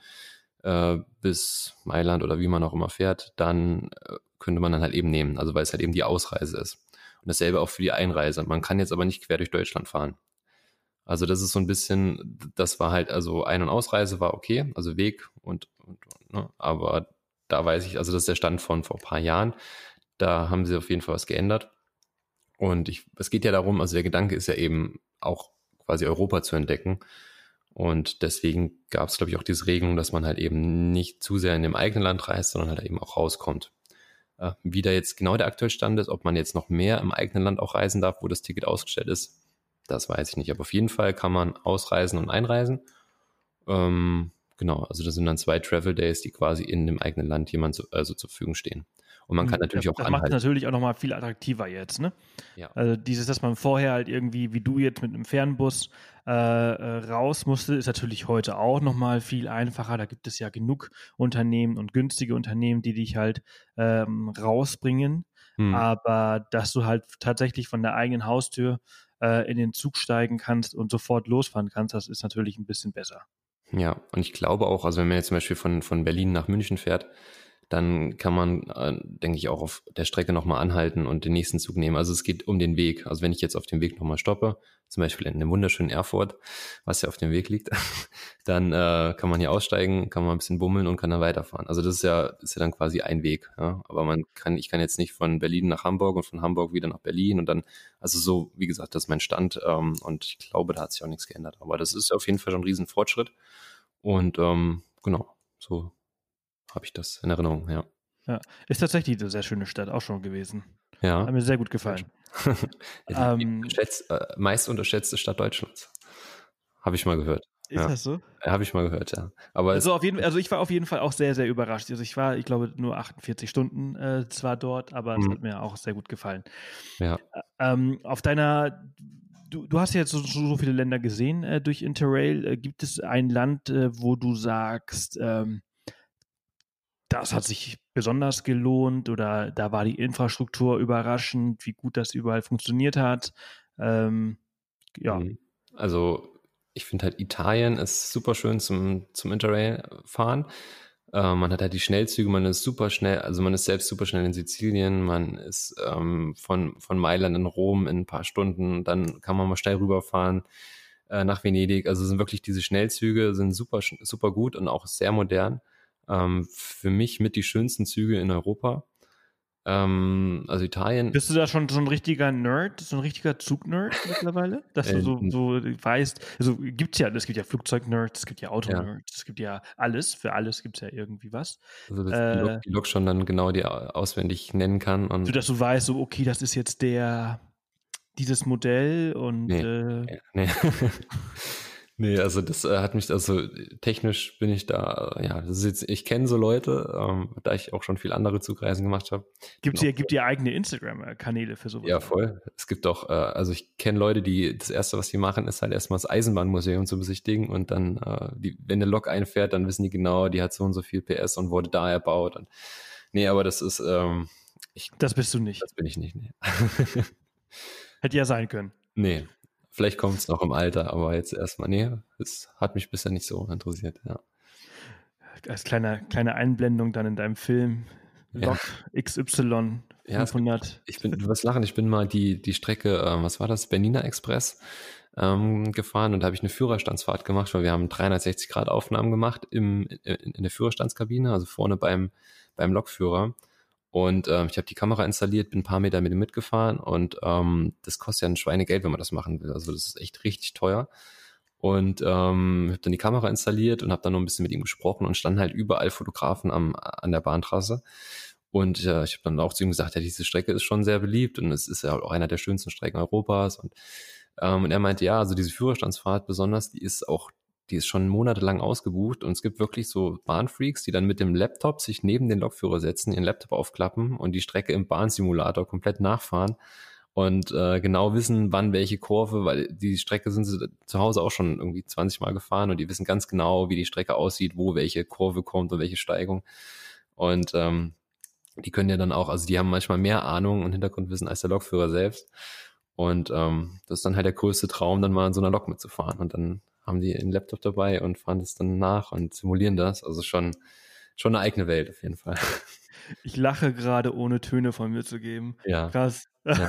bis Mailand oder wie man auch immer fährt, dann könnte man dann halt eben nehmen. Also weil es halt eben die Ausreise ist. Und dasselbe auch für die Einreise. Man kann jetzt aber nicht quer durch Deutschland fahren. Also das ist so ein bisschen, das war halt, also Ein- und Ausreise war okay, also Weg und ne, aber da weiß ich, also das ist der Stand von vor ein paar Jahren, da haben sie auf jeden Fall was geändert. Und es geht ja darum, also der Gedanke ist ja eben auch quasi Europa zu entdecken. Und deswegen gab es, glaube ich, auch diese Regelung, dass man halt eben nicht zu sehr in dem eigenen Land reist, sondern halt eben auch rauskommt. Wie da jetzt genau der aktuelle Stand ist, ob man jetzt noch mehr im eigenen Land auch reisen darf, wo das Ticket ausgestellt ist, das weiß ich nicht. Aber auf jeden Fall kann man ausreisen und einreisen. Genau, also das sind dann 2 Travel Days, die quasi in dem eigenen Land also zur Verfügung stehen. Und man kann natürlich auch anhalten. Das macht es natürlich auch nochmal viel attraktiver jetzt, ne? Ja. Also dass man vorher halt irgendwie, wie du jetzt mit einem Fernbus raus musste, ist natürlich heute auch nochmal viel einfacher. Da gibt es ja genug Unternehmen und günstige Unternehmen, die dich halt rausbringen. Aber dass du halt tatsächlich von der eigenen Haustür in den Zug steigen kannst und sofort losfahren kannst, das ist natürlich ein bisschen besser. Ja, und ich glaube auch, also wenn man jetzt zum Beispiel von Berlin nach München fährt, dann kann man, denke ich, auch auf der Strecke nochmal anhalten und den nächsten Zug nehmen. Also es geht um den Weg. Also wenn ich jetzt auf dem Weg nochmal stoppe, zum Beispiel in einem wunderschönen Erfurt, was ja auf dem Weg liegt, dann kann man hier aussteigen, kann man ein bisschen bummeln und kann dann weiterfahren. Also das ist ja dann quasi ein Weg. Ja? Aber ich kann jetzt nicht von Berlin nach Hamburg und von Hamburg wieder nach Berlin und dann, also so, wie gesagt, das ist mein Stand und ich glaube, da hat sich auch nichts geändert. Aber das ist auf jeden Fall schon ein Riesenfortschritt und genau, so habe ich das in Erinnerung, ja. Ja, ist tatsächlich eine sehr schöne Stadt, auch schon gewesen. Ja. Hat mir sehr gut gefallen. Meist unterschätzte Stadt Deutschlands. Habe ich mal gehört. Ist das so? Habe ich mal gehört, ja. Aber also ich war auf jeden Fall auch sehr, sehr überrascht. Also ich glaube, nur 48 Stunden zwar dort, aber es hat mir auch sehr gut gefallen. Ja. Auf deiner du hast ja jetzt so viele Länder gesehen durch Interrail. Gibt es ein Land, wo du sagst, das hat sich besonders gelohnt oder da war die Infrastruktur überraschend, wie gut das überall funktioniert hat? Ja. Also ich finde halt Italien ist super schön zum Interrail fahren. Man hat halt die Schnellzüge, man ist super schnell, also man ist selbst super schnell in Sizilien, man ist von Mailand in Rom in ein paar Stunden, dann kann man mal schnell rüberfahren nach Venedig. Also sind wirklich diese Schnellzüge sind super, super gut und auch sehr modern. Für mich mit die schönsten Züge in Europa. Also Italien. Bist du da schon so ein richtiger Nerd, so ein richtiger Zugnerd mittlerweile? Dass du so weißt, also es gibt ja Flugzeugnerds, es gibt ja Autonerds, es gibt ja alles, für alles gibt es ja irgendwie was. Also dass die Lok schon dann genau die auswendig nennen kann. Und so dass du weißt, so okay, das ist jetzt dieses Modell und nee. Nee, also das hat mich, also technisch bin ich da, ja, das ist jetzt, ich kenne so Leute, da ich auch schon viel andere Zugreisen gemacht habe. Gibt ihr eigene Instagram-Kanäle für sowas? Ja, voll. Es gibt auch, also ich kenne Leute, die, das Erste, was die machen, ist halt erstmal das Eisenbahnmuseum zu besichtigen und dann, wenn eine Lok einfährt, dann wissen die genau, die hat so und so viel PS und wurde da erbaut. Und, nee, aber das ist, das bist du nicht. Das bin ich nicht, nee. Hätte ja sein können. Nee. Vielleicht kommt es noch im Alter, aber jetzt erstmal, nee, es hat mich bisher nicht so interessiert, ja. Als kleine Einblendung dann in deinem Film, Lok XY 500. Du wirst lachen, ich bin mal die Strecke, was war das, Bernina Express gefahren und da habe ich eine Führerstandsfahrt gemacht, weil wir haben 360-Grad-Aufnahmen gemacht in der Führerstandskabine, also vorne beim Lokführer. Und ich habe die Kamera installiert, bin ein paar Meter mit ihm mitgefahren und das kostet ja ein Schweinegeld, wenn man das machen will. Also das ist echt richtig teuer. Und habe dann die Kamera installiert und habe dann noch ein bisschen mit ihm gesprochen und standen halt überall Fotografen an der Bahntrasse. Und ich habe dann auch zu ihm gesagt, ja, diese Strecke ist schon sehr beliebt und es ist ja auch einer der schönsten Strecken Europas. Und er meinte, ja, also diese Führerstandsfahrt besonders, die ist schon monatelang ausgebucht und es gibt wirklich so Bahnfreaks, die dann mit dem Laptop sich neben den Lokführer setzen, ihren Laptop aufklappen und die Strecke im Bahnsimulator komplett nachfahren und genau wissen, wann welche Kurve, weil die Strecke sind sie zu Hause auch schon irgendwie 20 Mal gefahren und die wissen ganz genau, wie die Strecke aussieht, wo welche Kurve kommt und welche Steigung. Und die können ja dann auch, also die haben manchmal mehr Ahnung und Hintergrundwissen als der Lokführer selbst. Und das ist dann halt der größte Traum, dann mal in so einer Lok mitzufahren und dann haben die einen Laptop dabei und fahren das dann nach und simulieren das. Also schon eine eigene Welt auf jeden Fall. Ich lache gerade, ohne Töne von mir zu geben. Ja. Krass. Ja.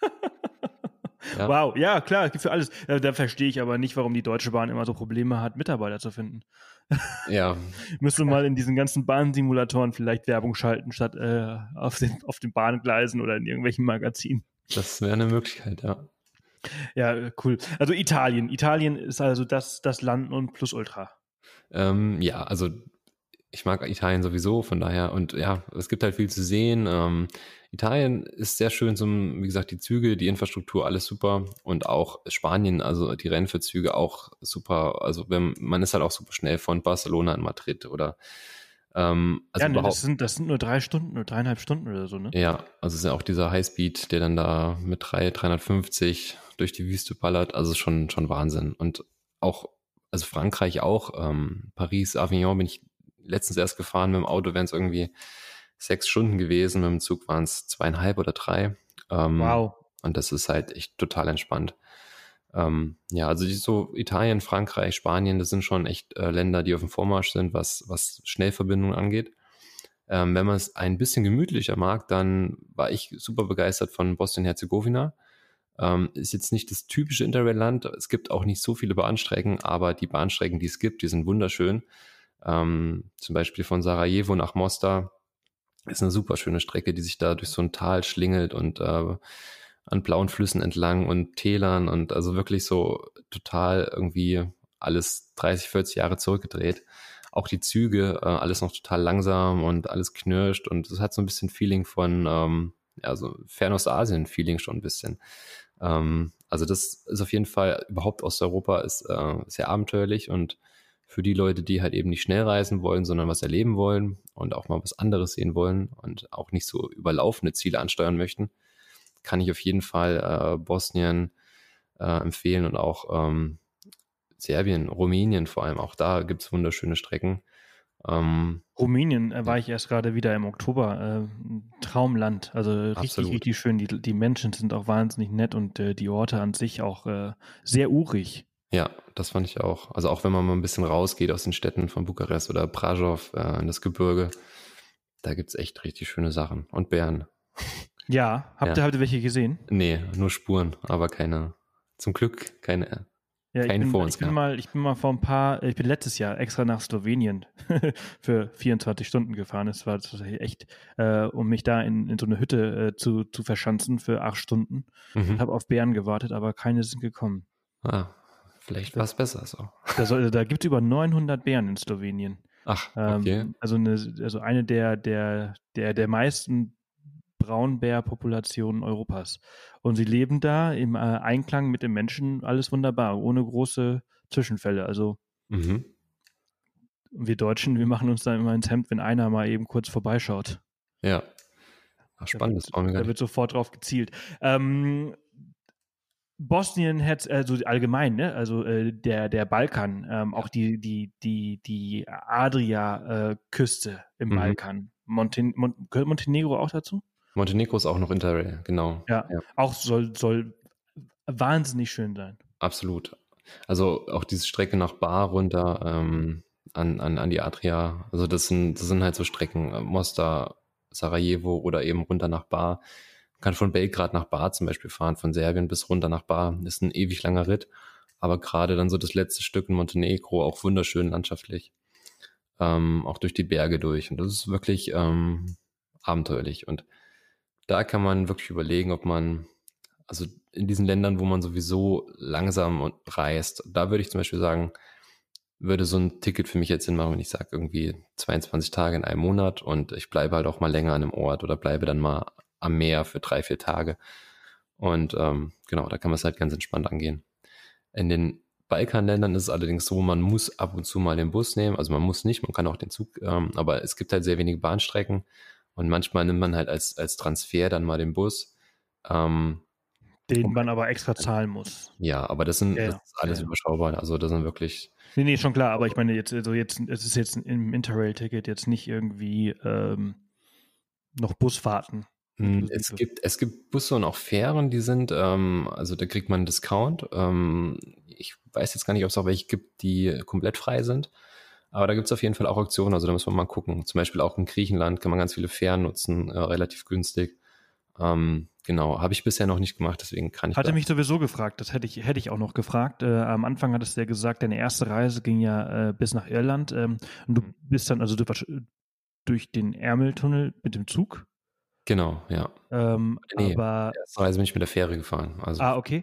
Ja. Wow, ja klar, es gibt für alles. Da verstehe ich aber nicht, warum die Deutsche Bahn immer so Probleme hat, Mitarbeiter zu finden. Ja. Müsste mal in diesen ganzen Bahnsimulatoren vielleicht Werbung schalten, statt auf den Bahngleisen oder in irgendwelchen Magazinen. Das wäre eine Möglichkeit, ja. Ja, cool. Also Italien. Italien ist also das Land und plus Ultra. Ja, also ich mag Italien sowieso, von daher, und ja, es gibt halt viel zu sehen. Italien ist sehr schön wie gesagt, die Züge, die Infrastruktur, alles super. Und auch Spanien, also die Rennen für Züge auch super. Also man ist halt auch super schnell von Barcelona in Madrid oder also ja, ne, das sind nur 3 Stunden, nur 3,5 Stunden oder so, ne? Ja, also es ist ja auch dieser Highspeed, der dann da mit 350 durch die Wüste ballert, also schon Wahnsinn. Und auch, also Frankreich auch, Paris, Avignon bin ich letztens erst gefahren mit dem Auto, wären es irgendwie 6 Stunden gewesen, mit dem Zug waren es 2,5 oder 3. Wow. Und das ist halt echt total entspannt. Ja, also so Italien, Frankreich, Spanien, das sind schon echt Länder, die auf dem Vormarsch sind, was Schnellverbindungen angeht. Wenn man es ein bisschen gemütlicher mag, dann war ich super begeistert von Bosnien-Herzegowina. Ist jetzt nicht das typische Interrail-Land. Es gibt auch nicht so viele Bahnstrecken, aber die Bahnstrecken, die es gibt, die sind wunderschön. Zum Beispiel von Sarajevo nach Mostar ist eine super schöne Strecke, die sich da durch so ein Tal schlingelt und an blauen Flüssen entlang und Tälern und also wirklich so total irgendwie alles 30, 40 Jahre zurückgedreht. Auch die Züge, alles noch total langsam und alles knirscht und es hat so ein bisschen Feeling von, so Fernostasien-Feeling schon ein bisschen. Also das ist auf jeden Fall, überhaupt Osteuropa ist sehr abenteuerlich und für die Leute, die halt eben nicht schnell reisen wollen, sondern was erleben wollen und auch mal was anderes sehen wollen und auch nicht so überlaufende Ziele ansteuern möchten, kann ich auf jeden Fall Bosnien, empfehlen und auch Serbien, Rumänien vor allem, auch da gibt es wunderschöne Strecken. Rumänien war ich erst gerade wieder im Oktober. Ein Traumland, also richtig, Absolut. richtig schön. Die Menschen sind auch wahnsinnig nett und die Orte an sich auch sehr urig. Ja, das fand ich auch. Also auch wenn man mal ein bisschen rausgeht aus den Städten von Bukarest oder Prahov in das Gebirge, da gibt es echt richtig schöne Sachen. Und Bären. Ja, habt ihr welche gesehen? Nee, nur Spuren, aber zum Glück keine Ja, ich vor uns bin mal ich bin letztes Jahr extra nach Slowenien für 24 Stunden gefahren. Es war tatsächlich echt, um mich da in so eine Hütte zu verschanzen für 8 Stunden. Und habe auf Bären gewartet, aber keine sind gekommen. Vielleicht war es besser so. Da gibt es über 900 Bären in Slowenien. Ach, okay. Also eine der meisten Braunbärpopulationen Europas. Und sie leben da im Einklang mit den Menschen, alles wunderbar, ohne große Zwischenfälle. Also wir Deutschen, wir machen uns da immer ins Hemd, wenn einer mal eben kurz vorbeischaut. Ja. Ach, spannend. Da wird sofort drauf gezielt. Bosnien also allgemein, ne? Also der Balkan, auch die Adria-Küste im Balkan. Gehört Montenegro auch dazu? Montenegro ist auch noch Interrail, genau. Ja. Auch soll wahnsinnig schön sein. Absolut. Also auch diese Strecke nach Bar runter an die Adria. Also das sind halt so Strecken, Mostar, Sarajevo oder eben runter nach Bar. Man kann von Belgrad nach Bar zum Beispiel fahren, von Serbien bis runter nach Bar. Ist ein ewig langer Ritt. Aber gerade dann so das letzte Stück in Montenegro, auch wunderschön landschaftlich. Auch durch die Berge durch. Und das ist wirklich abenteuerlich. Und da kann man wirklich überlegen, ob man, also in diesen Ländern, wo man sowieso langsam reist, da würde ich zum Beispiel sagen, würde so ein Ticket für mich jetzt Sinn machen, wenn ich sage, irgendwie 22 Tage in einem Monat und ich bleibe halt auch mal länger an einem Ort oder bleibe dann mal am Meer für 3-4 Tage. Und genau, da kann man es halt ganz entspannt angehen. In den Balkanländern ist es allerdings so, man muss ab und zu mal den Bus nehmen. Also man muss nicht, man kann auch den Zug, aber es gibt halt sehr wenige Bahnstrecken und manchmal nimmt man halt als Transfer dann mal den Bus. Den man aber extra zahlen muss. Ja, aber das ist alles überschaubar. Also das sind wirklich... Nee, schon klar, aber ich meine es ist jetzt im Interrail-Ticket jetzt nicht irgendwie noch Busfahrten. Es gibt Busse und auch Fähren, die sind, also da kriegt man einen Discount. Ich weiß jetzt gar nicht, ob es auch welche gibt, die komplett frei sind. Aber da gibt es auf jeden Fall auch Auktionen, also da muss man mal gucken. Zum Beispiel auch in Griechenland kann man ganz viele Fähren nutzen, relativ günstig. Genau, habe ich bisher noch nicht gemacht, deswegen kann ich... Hatte mich sowieso gefragt, das hätte ich auch noch gefragt. Am Anfang hattest du ja gesagt, deine erste Reise ging ja bis nach Irland. Und du bist dann, also du warst durch den Ärmeltunnel mit dem Zug? Genau, ja. Nee, aber die erste Reise bin ich mit der Fähre gefahren. Also, okay.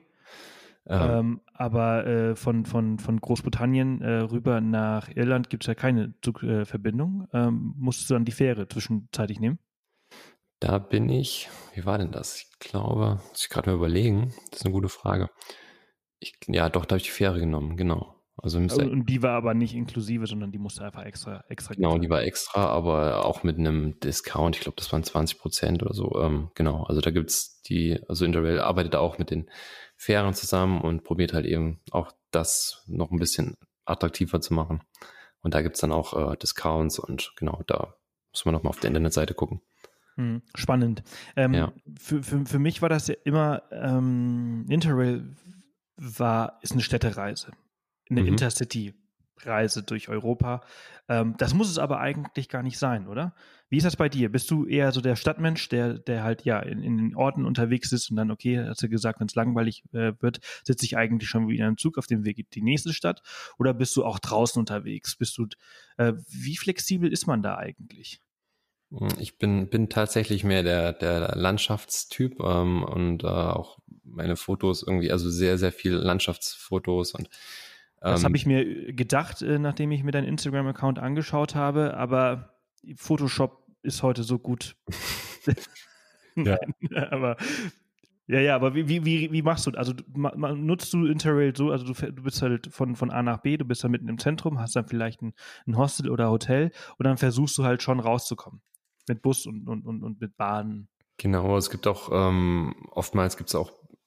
Aber von Großbritannien rüber nach Irland gibt es ja keine Zugverbindung. Musstest du dann die Fähre zwischenzeitlich nehmen? Da bin ich, wie war denn das? Ich glaube, muss ich gerade mal überlegen. Das ist eine gute Frage. Ja, doch, da habe ich die Fähre genommen, genau. Also und die war aber nicht inklusive, sondern die musste einfach extra Genau, gezahlt. Die war extra, aber auch mit einem Discount. Ich glaube, das waren 20% oder so. Genau, also da gibt's also Interrail arbeitet auch mit den Fähren zusammen und probiert halt eben auch das noch ein bisschen attraktiver zu machen. Und da gibt's dann auch Discounts und genau, da muss man nochmal auf der Internetseite gucken. Spannend. Ja. Für mich war das ja immer, Interrail ist eine Städtereise. Eine Intercity-Reise durch Europa. Das muss es aber eigentlich gar nicht sein, oder? Wie ist das bei dir? Bist du eher so der Stadtmensch, der halt ja in den Orten unterwegs ist und dann, okay, hast du gesagt, wenn es langweilig wird, sitze ich eigentlich schon wieder im Zug auf dem Weg in die nächste Stadt? Oder bist du auch draußen unterwegs? Wie flexibel ist man da eigentlich? Ich bin tatsächlich mehr der Landschaftstyp und auch meine Fotos irgendwie, also sehr, sehr viel Landschaftsfotos und das habe ich mir gedacht, nachdem ich mir deinen Instagram-Account angeschaut habe, aber Photoshop ist heute so gut. Ja. aber wie machst du? Also nutzt du Interrail so, also du bist halt von A nach B, du bist da mitten im Zentrum, hast dann vielleicht ein Hostel oder Hotel und dann versuchst du halt schon rauszukommen. Mit Bus und mit Bahn. Genau, es gibt auch, oftmals gibt es auch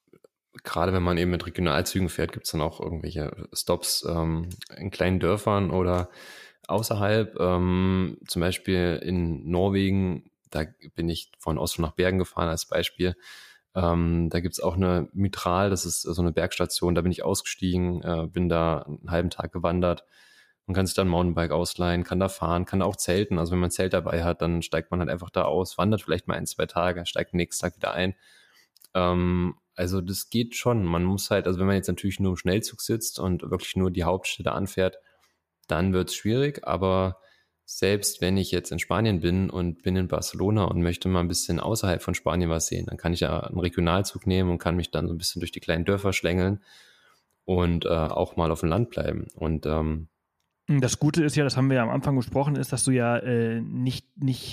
gerade wenn man eben mit Regionalzügen fährt, gibt es dann auch irgendwelche Stops in kleinen Dörfern oder außerhalb. Zum Beispiel in Norwegen, da bin ich von Oslo nach Bergen gefahren als Beispiel. Da gibt's auch eine Mytral, das ist so eine Bergstation, da bin ich ausgestiegen, bin da einen halben Tag gewandert und kann sich dann ein Mountainbike ausleihen, kann da fahren, kann da auch zelten. Also wenn man ein Zelt dabei hat, dann steigt man halt einfach da aus, wandert vielleicht mal 1, 2 Tage, steigt nächsten Tag wieder ein. Also das geht schon. Man muss halt, also wenn man jetzt natürlich nur im Schnellzug sitzt und wirklich nur die Hauptstädte anfährt, dann wird's schwierig. Aber selbst wenn ich jetzt in Spanien bin und bin in Barcelona und möchte mal ein bisschen außerhalb von Spanien was sehen, dann kann ich ja einen Regionalzug nehmen und kann mich dann so ein bisschen durch die kleinen Dörfer schlängeln und auch mal auf dem Land bleiben. Und Das Gute ist ja, das haben wir ja am Anfang besprochen, ist, dass du ja nicht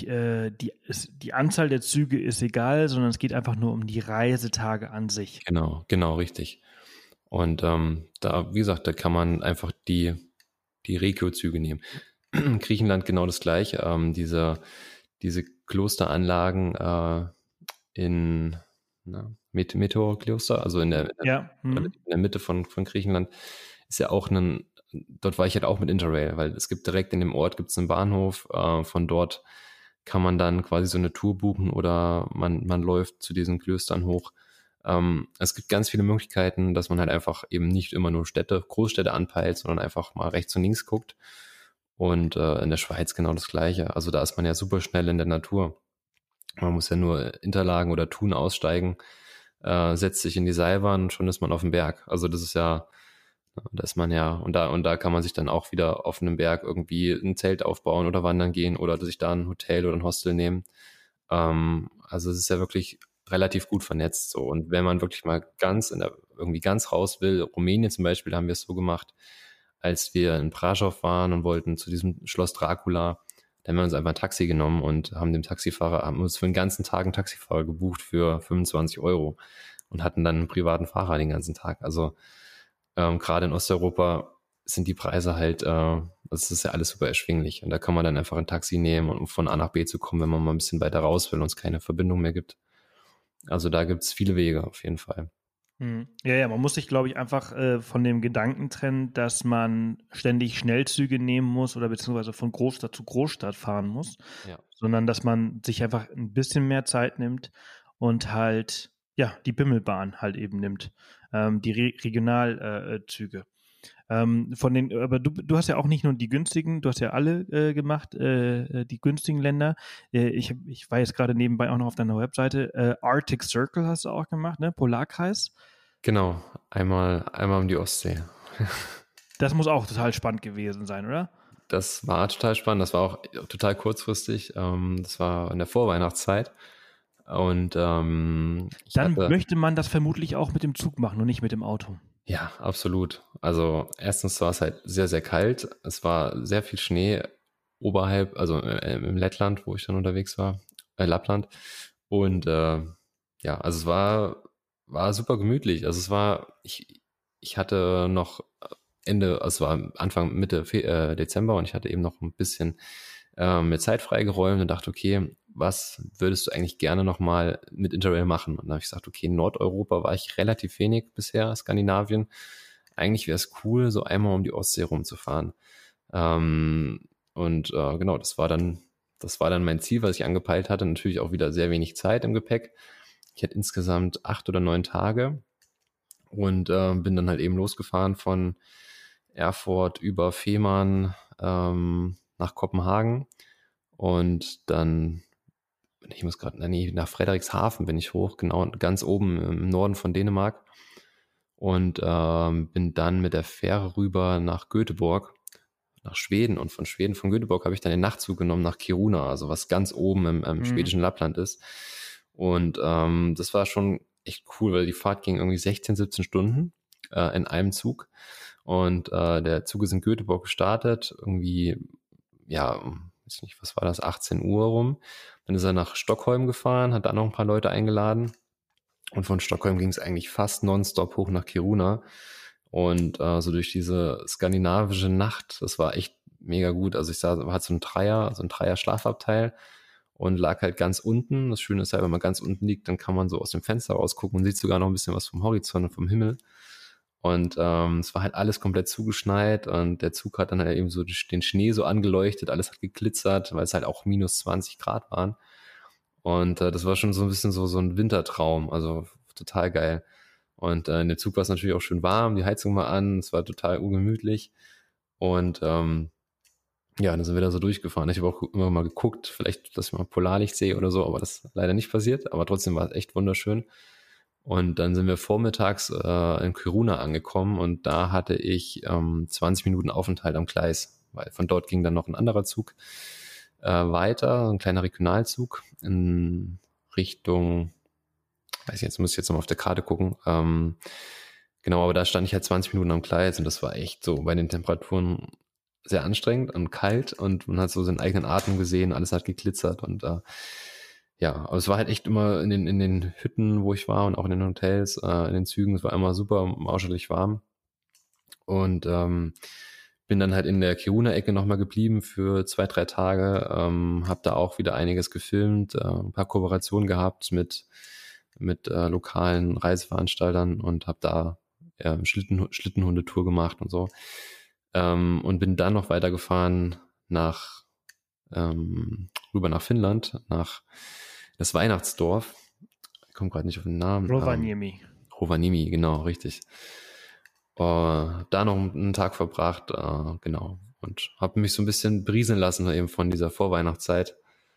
die Anzahl der Züge ist egal, sondern es geht einfach nur um die Reisetage an sich. genau, richtig. Und da, wie gesagt, da kann man einfach die Regio-Züge nehmen. Griechenland genau das Gleiche. Diese Klosteranlagen in Meteor-Kloster, also Ja. in der Mitte von Griechenland, ist ja auch dort war ich halt auch mit Interrail, weil es gibt direkt in dem Ort gibt's einen Bahnhof, von dort kann man dann quasi so eine Tour buchen oder man läuft zu diesen Klöstern hoch. Es gibt ganz viele Möglichkeiten, dass man halt einfach eben nicht immer nur Großstädte anpeilt, sondern einfach mal rechts und links guckt. Und in der Schweiz genau das Gleiche. Also da ist man ja super schnell in der Natur. Man muss ja nur Interlaken oder Thun aussteigen, setzt sich in die Seilbahn und schon ist man auf dem Berg. Also das ist ja, da ist man ja, und da kann man sich dann auch wieder auf einem Berg irgendwie ein Zelt aufbauen oder wandern gehen oder sich da ein Hotel oder ein Hostel nehmen. Also es ist ja wirklich relativ gut vernetzt so. Und wenn man wirklich mal irgendwie ganz raus will, Rumänien zum Beispiel, da haben wir es so gemacht, als wir in Prešov waren und wollten zu diesem Schloss Dracula, da haben wir uns einfach ein Taxi genommen und haben haben uns für den ganzen Tag einen Taxifahrer gebucht für 25 € und hatten dann einen privaten Fahrer den ganzen Tag. Also gerade in Osteuropa sind die Preise halt, das ist ja alles super erschwinglich. Und da kann man dann einfach ein Taxi nehmen, um von A nach B zu kommen, wenn man mal ein bisschen weiter raus will und es keine Verbindung mehr gibt. Also da gibt's viele Wege auf jeden Fall. Ja, man muss sich, glaube ich, einfach von dem Gedanken trennen, dass man ständig Schnellzüge nehmen muss oder beziehungsweise von Großstadt zu Großstadt fahren muss, Ja. sondern dass man sich einfach ein bisschen mehr Zeit nimmt und halt, ja, die Bimmelbahn halt eben nimmt, die Regionalzüge. Aber du hast ja auch nicht nur die günstigen, du hast ja alle gemacht, die günstigen Länder. Ich war jetzt gerade nebenbei auch noch auf deiner Webseite. Arctic Circle hast du auch gemacht, ne? Polarkreis. Genau, einmal um die Ostsee. Das muss auch total spannend gewesen sein, oder? Das war total spannend, das war auch total kurzfristig. Das war in der Vorweihnachtszeit. Und Dann möchte man das vermutlich auch mit dem Zug machen und nicht mit dem Auto. Ja, absolut. Also erstens war es halt sehr, sehr kalt. Es war sehr viel Schnee oberhalb, also im Lettland, wo ich dann unterwegs war, Lappland. Und ja, also es war super gemütlich. Also ich hatte noch also es war Anfang, Mitte Dezember und ich hatte eben noch ein bisschen mir Zeit freigeräumt und dachte, okay, was würdest du eigentlich gerne nochmal mit Interrail machen? Und dann habe ich gesagt, okay, Nordeuropa war ich relativ wenig bisher, Skandinavien. Eigentlich wäre es cool, so einmal um die Ostsee rumzufahren. Genau, das war dann mein Ziel, was ich angepeilt hatte. Natürlich auch wieder sehr wenig Zeit im Gepäck. Ich hatte insgesamt 8 oder 9 Tage und bin dann halt eben losgefahren von Erfurt über Fehmarn nach Kopenhagen und dann nach Frederikshafen bin ich hoch, genau, ganz oben im Norden von Dänemark und bin dann mit der Fähre rüber nach Göteborg, nach Schweden und von Göteborg habe ich dann den Nachtzug genommen nach Kiruna, also was ganz oben im schwedischen Lappland ist und das war schon echt cool, weil die Fahrt ging irgendwie 16, 17 Stunden in einem Zug und der Zug ist in Göteborg gestartet, irgendwie, ja, weiß nicht, was war das, 18 Uhr rum. Dann ist er nach Stockholm gefahren, hat da noch ein paar Leute eingeladen. Und von Stockholm ging es eigentlich fast nonstop hoch nach Kiruna. Und so durch diese skandinavische Nacht, das war echt mega gut. Also hatte so ein Dreier Schlafabteil. und lag halt ganz unten. Das Schöne ist halt, wenn man ganz unten liegt, dann kann man so aus dem Fenster rausgucken und sieht sogar noch ein bisschen was vom Horizont und vom Himmel. Und es war halt alles komplett zugeschneit und der Zug hat dann halt eben so den Schnee so angeleuchtet, alles hat geglitzert, weil es halt auch minus 20 Grad waren. Und das war schon so ein bisschen so ein Wintertraum, also total geil. Und in dem Zug war es natürlich auch schön warm, die Heizung war an, es war total ungemütlich. Und ja, dann sind wir da so durchgefahren. Ich habe auch immer mal geguckt, vielleicht, dass ich mal Polarlicht sehe oder so, aber das ist leider nicht passiert. Aber trotzdem war es echt wunderschön. Und dann sind wir vormittags in Kiruna angekommen und da hatte ich 20 Minuten Aufenthalt am Gleis, weil von dort ging dann noch ein anderer Zug weiter, ein kleiner Regionalzug in Richtung, weiß ich, jetzt muss ich jetzt nochmal auf der Karte gucken. Genau, aber da stand ich halt 20 Minuten am Gleis und das war echt so bei den Temperaturen sehr anstrengend und kalt und man hat so seinen eigenen Atem gesehen, alles hat geglitzert und ja, aber es war halt echt immer in den Hütten, wo ich war und auch in den Hotels, in den Zügen, es war immer super mauschelig warm und bin dann halt in der Kiruna-Ecke nochmal geblieben für 2-3 Tage, habe da auch wieder einiges gefilmt, ein paar Kooperationen gehabt mit lokalen Reiseveranstaltern und habe da Schlittenhundetour gemacht und so. Und bin dann noch weitergefahren rüber nach Finnland, nach das Weihnachtsdorf. Ich komme gerade nicht auf den Namen. Rovaniemi. Rovaniemi, genau, richtig. Da noch einen Tag verbracht, genau. Und habe mich so ein bisschen berieseln lassen eben von dieser Vorweihnachtszeit.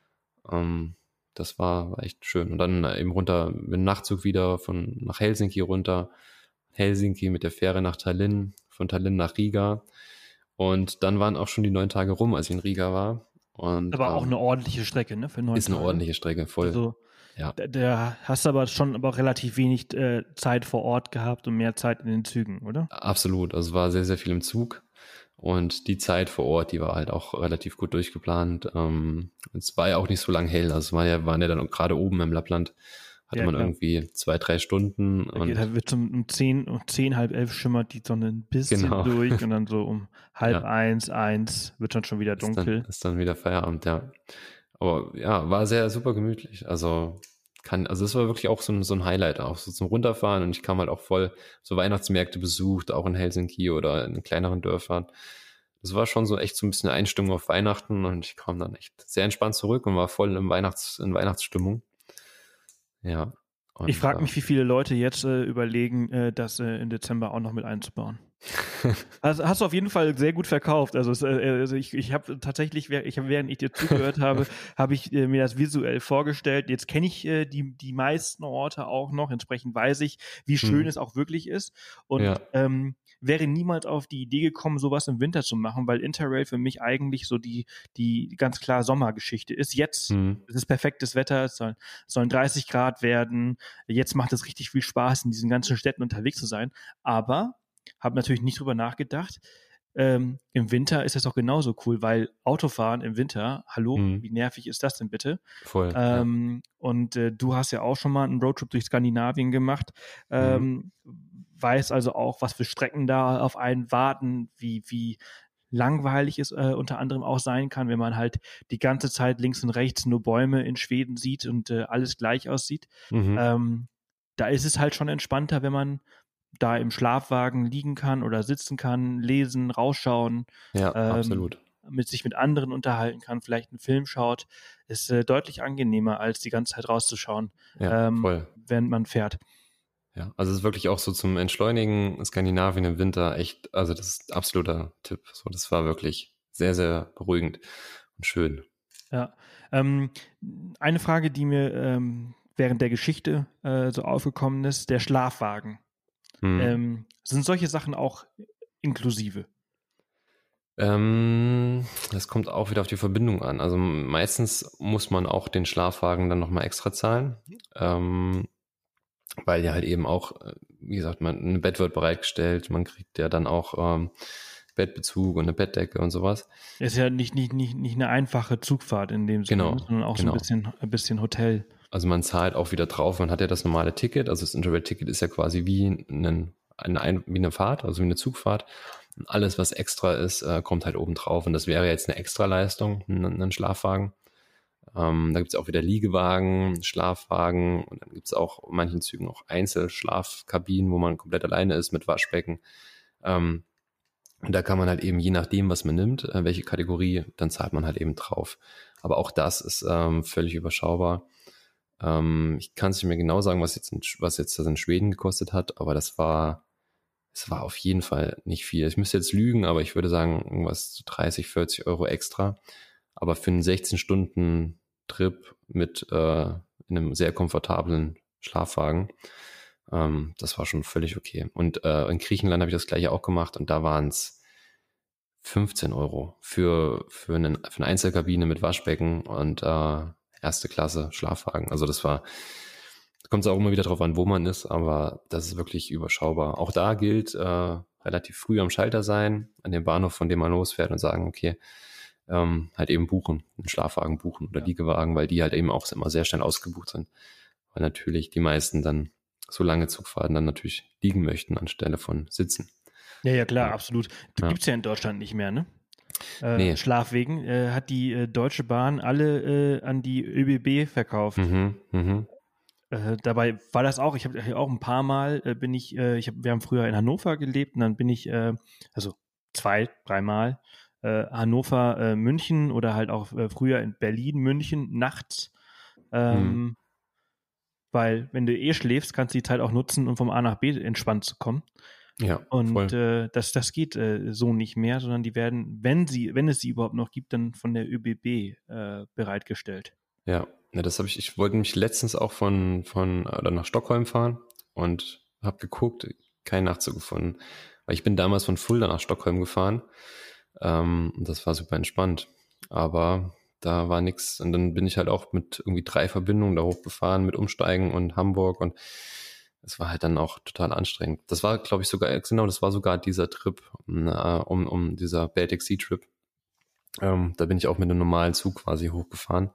Das war echt schön. Und dann eben runter mit dem Nachtzug wieder nach Helsinki runter. Helsinki mit der Fähre nach Tallinn, von Tallinn nach Riga. Und dann waren auch schon die 9 Tage rum, als ich in Riga war. Und, aber auch eine ordentliche Strecke, ne? Für 9 Tage. Ist eine ordentliche Strecke, voll. Also, ja. Da hast du aber auch relativ wenig Zeit vor Ort gehabt und mehr Zeit in den Zügen, oder? Absolut. Also es war sehr, sehr viel im Zug. Und die Zeit vor Ort, die war halt auch relativ gut durchgeplant. Es war ja auch nicht so lang hell. Also waren ja dann gerade oben im Lappland. Hatte man irgendwie 2-3 Stunden. Da wird um 10, 10:30 schimmert die Sonne ein bisschen durch und dann so um 12:30, 1 wird dann schon wieder dunkel. Ist dann wieder Feierabend, ja. Aber ja, war sehr super gemütlich. Also es war wirklich auch so ein Highlight, auch so zum Runterfahren und ich kam halt auch voll so Weihnachtsmärkte besucht, auch in Helsinki oder in kleineren Dörfern. Das war schon so echt so ein bisschen eine Einstimmung auf Weihnachten und ich kam dann echt sehr entspannt zurück und war voll in Weihnachtsstimmung. Ja. Und, ich frage mich, wie viele Leute jetzt überlegen, das in Dezember auch noch mit einzubauen. Also hast du auf jeden Fall sehr gut verkauft. Also ich habe tatsächlich, während ich dir zugehört habe, habe ich mir das visuell vorgestellt. Jetzt kenne ich die meisten Orte auch noch. Entsprechend weiß ich, wie schön es auch wirklich ist. Und wäre niemals auf die Idee gekommen, sowas im Winter zu machen, weil Interrail für mich eigentlich so die ganz klar Sommergeschichte ist. Jetzt es ist perfektes Wetter, es sollen 30 Grad werden. Jetzt macht es richtig viel Spaß, in diesen ganzen Städten unterwegs zu sein. Aber habe natürlich nicht drüber nachgedacht. Im Winter ist das auch genauso cool, weil Autofahren im Winter, hallo, wie nervig ist das denn bitte? Voll. Und du hast ja auch schon mal einen Roadtrip durch Skandinavien gemacht, weißt also auch, was für Strecken da auf einen warten, wie langweilig es unter anderem auch sein kann, wenn man halt die ganze Zeit links und rechts nur Bäume in Schweden sieht und alles gleich aussieht. Da ist es halt schon entspannter, wenn man da im Schlafwagen liegen kann oder sitzen kann, lesen, rausschauen, absolut. sich mit anderen unterhalten kann, vielleicht einen Film schaut, ist deutlich angenehmer, als die ganze Zeit rauszuschauen, voll. während man fährt. Ja, also es ist wirklich auch so zum Entschleunigen Skandinavien im Winter echt, also das ist ein absoluter Tipp. So, das war wirklich sehr, sehr beruhigend und schön. Ja, eine Frage, die mir während der Geschichte so aufgekommen ist, der Schlafwagen. Sind solche Sachen auch inklusive? Das kommt auch wieder auf die Verbindung an. Also meistens muss man auch den Schlafwagen dann nochmal extra zahlen, weil ja halt eben auch, wie gesagt, ein Bett wird bereitgestellt, man kriegt ja dann auch Bettbezug und eine Bettdecke und sowas. Ist ja nicht eine einfache Zugfahrt in dem Sinne, sondern auch so ein bisschen Hotel. Also man zahlt auch wieder drauf, man hat ja das normale Ticket, also das Interrail-Ticket ist ja quasi wie eine Fahrt, also wie eine Zugfahrt. Und alles, was extra ist, kommt halt oben drauf und das wäre jetzt eine Extraleistung, ein Schlafwagen. Da gibt es auch wieder Liegewagen, Schlafwagen und dann gibt es auch in manchen Zügen auch Einzelschlafkabinen, wo man komplett alleine ist mit Waschbecken. Und da kann man halt eben, je nachdem, was man nimmt, welche Kategorie, dann zahlt man halt eben drauf. Aber auch das ist völlig überschaubar. Ich kann es nicht mehr genau sagen, was jetzt das in Schweden gekostet hat, aber es war auf jeden Fall nicht viel. Ich müsste jetzt lügen, aber ich würde sagen, irgendwas zu 30, 40 Euro extra. Aber für einen 16-Stunden-Trip mit einem sehr komfortablen Schlafwagen, das war schon völlig okay. Und in Griechenland habe ich das gleiche auch gemacht und da waren es 15 Euro für eine Einzelkabine mit Waschbecken und erste Klasse Schlafwagen. Also kommt es auch immer wieder drauf an, wo man ist, aber das ist wirklich überschaubar. Auch da gilt, relativ früh am Schalter sein, an dem Bahnhof, von dem man losfährt und sagen, okay, halt eben buchen, einen Schlafwagen buchen oder Liegewagen, weil die halt eben auch immer sehr schnell ausgebucht sind. Weil natürlich die meisten dann so lange Zugfahrten dann natürlich liegen möchten anstelle von sitzen. Ja, klar, absolut. Gibt's ja in Deutschland nicht mehr, ne? Nee. Schlafwegen hat die Deutsche Bahn alle an die ÖBB verkauft. Dabei war das auch, ich habe auch ein paar Mal wir haben früher in Hannover gelebt und dann bin ich, also 2, 3 Mal Hannover, München oder halt auch früher in Berlin, München nachts, weil wenn du schläfst, kannst du die Zeit auch nutzen, um vom A nach B entspannt zu kommen. Ja, und das geht so nicht mehr, sondern die werden, wenn es sie überhaupt noch gibt, dann von der ÖBB bereitgestellt. Ja, ich wollte mich letztens auch oder nach Stockholm fahren und habe geguckt, keinen Nachtzug gefunden. Weil ich bin damals von Fulda nach Stockholm gefahren. Und das war super entspannt. Aber da war nichts. Und dann bin ich halt auch mit irgendwie 3 Verbindungen da hochgefahren, mit Umsteigen und Hamburg. Und es war halt dann auch total anstrengend. Das war, glaube ich, das war sogar dieser Trip, dieser Baltic Sea Trip. Da bin ich auch mit einem normalen Zug quasi hochgefahren.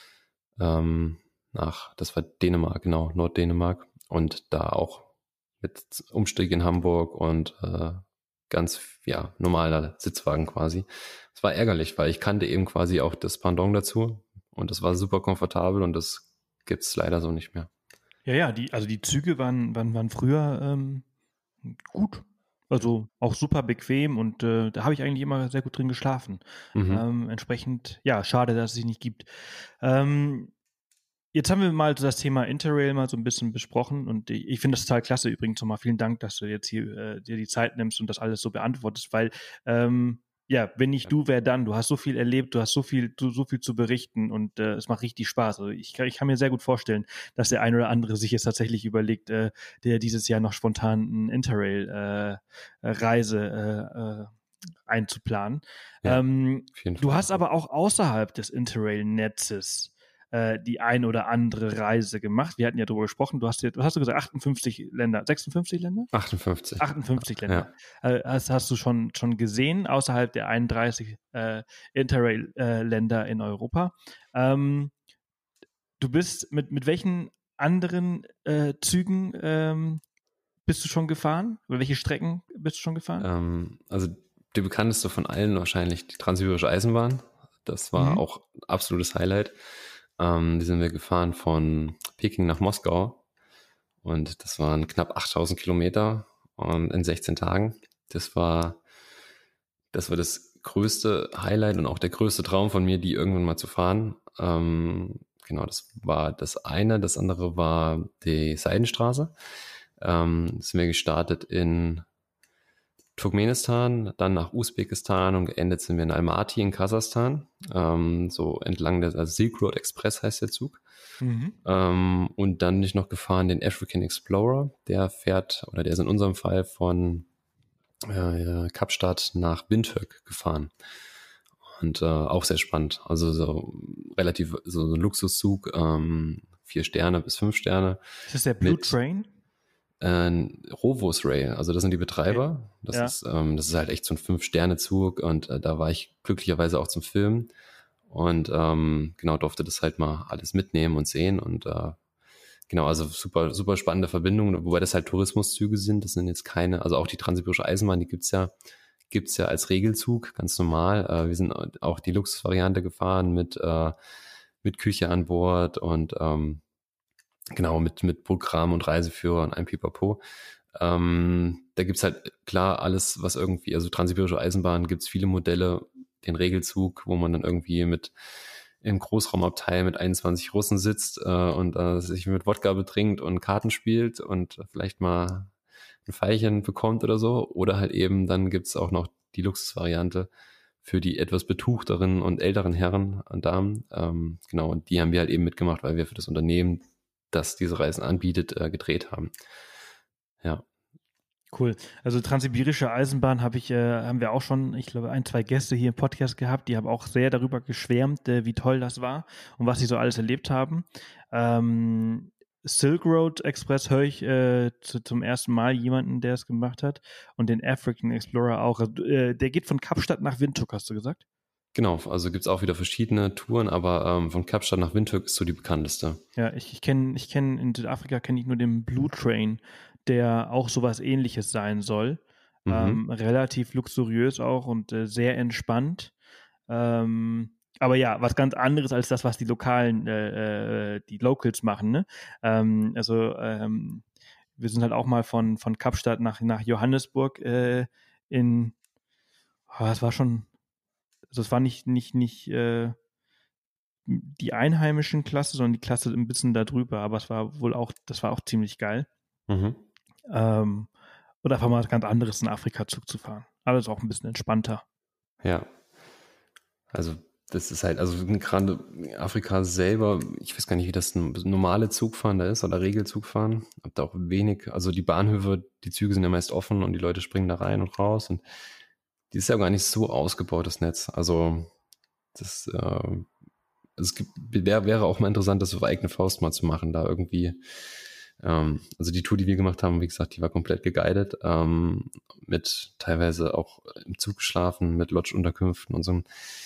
Das war Dänemark, genau, Norddänemark. Und da auch mit Umstieg in Hamburg und ganz, normaler Sitzwagen quasi. Es war ärgerlich, weil ich kannte eben quasi auch das Pendant dazu und das war super komfortabel und das gibt's leider so nicht mehr. Ja, die Züge waren früher gut. Also auch super bequem und da habe ich eigentlich immer sehr gut drin geschlafen. Entsprechend, schade, dass es sie nicht gibt. Jetzt haben wir mal das Thema Interrail mal so ein bisschen besprochen und ich finde das total klasse übrigens nochmal. Vielen Dank, dass du jetzt hier dir die Zeit nimmst und das alles so beantwortest, weil wenn nicht du, wer dann? Du hast so viel erlebt, du hast so viel zu berichten und es macht richtig Spaß. Also ich kann mir sehr gut vorstellen, dass der ein oder andere sich jetzt tatsächlich überlegt, der dieses Jahr noch spontan eine Interrail-Reise einzuplanen. Ja, du hast aber auch außerhalb des Interrail-Netzes die ein oder andere Reise gemacht. Wir hatten ja darüber gesprochen. Was hast du gesagt? 58 Länder, 56 Länder? 58. 58 Länder. Ja. Hast du schon gesehen, außerhalb der 31 Interrail-Länder in Europa. Du bist mit welchen anderen Zügen bist du schon gefahren? Oder welche Strecken bist du schon gefahren? Also die bekannteste von allen wahrscheinlich die Transsibirische Eisenbahn. Das war auch ein absolutes Highlight. Die sind wir gefahren von Peking nach Moskau und das waren knapp 8000 Kilometer in 16 Tagen. Das war das größte Highlight und auch der größte Traum von mir, die irgendwann mal zu fahren. Genau, das war das eine. Das andere war die Seidenstraße. Sind wir gestartet in Turkmenistan, dann nach Usbekistan und geendet sind wir in Almaty in Kasachstan, so entlang also Silk Road Express heißt der Zug. Und dann bin ich noch gefahren den African Explorer, der ist in unserem Fall von Kapstadt nach Windhoek gefahren. Und auch sehr spannend, also so relativ so ein Luxuszug, 4 Sterne bis 5 Sterne. Ist das der Blue Train? Rovos Rail, also das sind die Betreiber. Okay. Das ist halt echt so ein 5-Sterne-Zug und da war ich glücklicherweise auch zum Filmen und durfte das halt mal alles mitnehmen und sehen und also super, super spannende Verbindungen, wobei das halt Tourismuszüge sind, das sind jetzt keine, also auch die Transsibirische Eisenbahn, die gibt's ja als Regelzug, ganz normal. Wir sind auch die Luxusvariante gefahren mit mit Küche an Bord und genau, mit Programm und Reiseführer und einem Pipapo. Da gibt's halt klar alles, was irgendwie, also Transsibirische Eisenbahn gibt's viele Modelle, den Regelzug, wo man dann irgendwie mit im Großraumabteil mit 21 Russen sitzt und sich mit Wodka betrinkt und Karten spielt und vielleicht mal ein Veilchen bekommt oder so. Oder halt eben, dann gibt's auch noch die Luxusvariante für die etwas betuchteren und älteren Herren und Damen. Genau, und die haben wir halt eben mitgemacht, weil wir für das Unternehmen, das diese Reisen anbietet, gedreht haben. Ja. Cool. Also Transsibirische Eisenbahn haben wir auch schon, ich glaube, 1, 2 Gäste hier im Podcast gehabt, die haben auch sehr darüber geschwärmt, wie toll das war und was sie so alles erlebt haben. Silk Road Express höre ich zum ersten Mal jemanden, der es gemacht hat, und den African Explorer auch. Also, der geht von Kapstadt nach Windhoek, hast du gesagt? Genau, also gibt's auch wieder verschiedene Touren, aber von Kapstadt nach Windhoek ist so die bekannteste. Ja, ich kenn in Südafrika kenne ich nur den Blue Train, der auch sowas Ähnliches sein soll. Relativ luxuriös auch und sehr entspannt. Aber ja, was ganz anderes als das, was die die Locals machen, ne? Wir sind halt auch mal von Kapstadt nach Johannesburg es war schon, also es war nicht die einheimischen Klasse, sondern die Klasse ein bisschen da drüber, aber das war auch ziemlich geil. Mhm. Und einfach mal was ganz anderes in Afrika Zug zu fahren. Alles auch ein bisschen entspannter. Ja. Also das ist halt, also gerade Afrika selber, ich weiß gar nicht, wie das normale Zugfahren da ist oder Regelzugfahren. Hab da auch wenig, also die Bahnhöfe, die Züge sind ja meist offen und die Leute springen da rein und raus und die ist ja gar nicht so ausgebaut, das Netz. Also das, wäre auch mal interessant, das auf eigene Faust mal zu machen, da irgendwie. Also die Tour, die wir gemacht haben, wie gesagt, die war komplett geguidet, mit teilweise auch im Zug geschlafen, mit Lodge-Unterkünften und so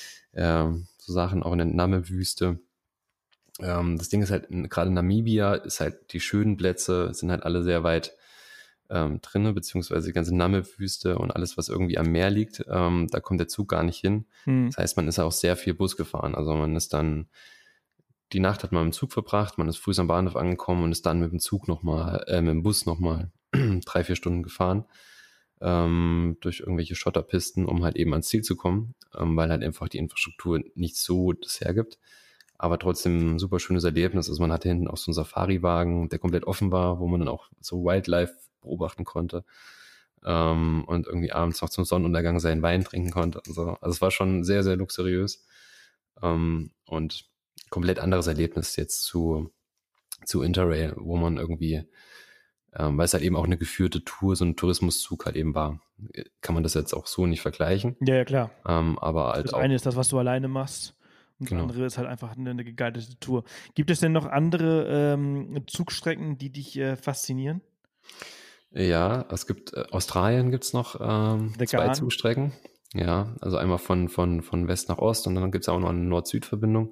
Sachen, auch in der Namib-Wüste. Das Ding ist halt, gerade in Namibia ist halt, die schönen Plätze sind halt alle sehr weit drinne, beziehungsweise die ganze Namib-Wüste und alles, was irgendwie am Meer liegt, da kommt der Zug gar nicht hin. Das heißt, man ist auch sehr viel Bus gefahren. Also man ist dann, die Nacht hat man im Zug verbracht, man ist früh am Bahnhof angekommen und ist dann mit dem Zug mit dem Bus nochmal 3-4 Stunden gefahren, durch irgendwelche Schotterpisten, um halt eben ans Ziel zu kommen, weil halt einfach die Infrastruktur nicht so das hergibt. Aber trotzdem ein super schönes Erlebnis. Also man hatte hinten auch so einen Safari-Wagen, der komplett offen war, wo man dann auch so Wildlife beobachten konnte, und irgendwie abends noch zum Sonnenuntergang seinen Wein trinken konnte und so. Also es war schon sehr, sehr luxuriös, und komplett anderes Erlebnis jetzt zu Interrail, wo man irgendwie, weil es halt eben auch eine geführte Tour, so ein Tourismuszug halt eben war. Kann man das jetzt auch so nicht vergleichen. Ja, klar. Aber halt das auch. eine ist das, was du alleine machst. Und Genau. das andere ist halt einfach eine geguidete Tour. Gibt es denn noch andere Zugstrecken, die dich faszinieren? Ja, es gibt, Australien gibt's noch 2 Zugstrecken. Ja, also einmal von West nach Ost und dann gibt's auch noch eine Nord-Süd-Verbindung.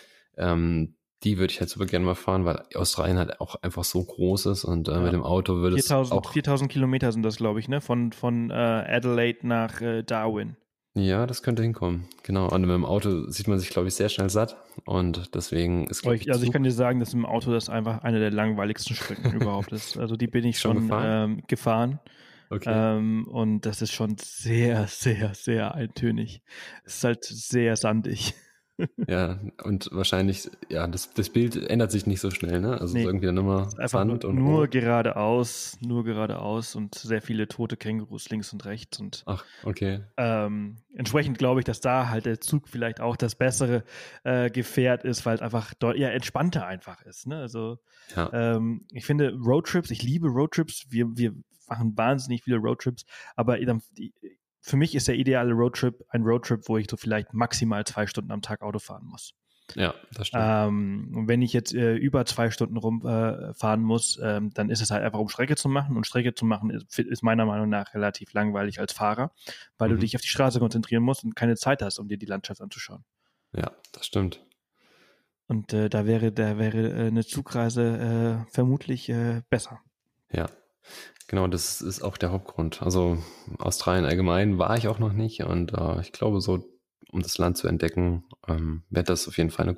Die würde ich halt super gerne mal fahren, weil Australien halt auch einfach so groß ist und mit dem Auto würde es auch... 4000 Kilometer sind das, glaube ich, ne? Von Adelaide nach Darwin. Ja, das könnte hinkommen, genau. Und mit dem Auto sieht man sich, glaube ich, sehr schnell satt und deswegen ist, glaube ich... Also ich kann dir sagen, dass im Auto das einfach eine der langweiligsten Strecken überhaupt ist. Also die bin ich schon gefahren. Okay. Und das ist schon sehr, sehr, sehr eintönig. Es ist halt sehr sandig. Ja, und wahrscheinlich, ja, das Bild ändert sich nicht so schnell, ne? Also nee, irgendwie dann immer Sand und nur geradeaus und sehr viele tote Kängurus links und rechts. Und ach, okay. Entsprechend glaube ich, dass da halt der Zug vielleicht auch das bessere Gefährt ist, weil es einfach entspannter einfach ist. Ne? Also ja. Ich finde Roadtrips, ich liebe Roadtrips, wir machen wahnsinnig viele Roadtrips, aber für mich ist der ideale Roadtrip ein Roadtrip, wo ich so vielleicht maximal 2 Stunden am Tag Auto fahren muss. Ja, das stimmt. Und wenn ich jetzt über 2 Stunden rumfahren muss, dann ist es halt einfach, um Strecke zu machen. Und Strecke zu machen ist meiner Meinung nach relativ langweilig als Fahrer, weil du dich auf die Straße konzentrieren musst und keine Zeit hast, um dir die Landschaft anzuschauen. Ja, das stimmt. Und da wäre eine Zugreise vermutlich besser. Ja. Genau, das ist auch der Hauptgrund. Also Australien allgemein war ich auch noch nicht und ich glaube, so um das Land zu entdecken, wäre das auf jeden Fall eine gute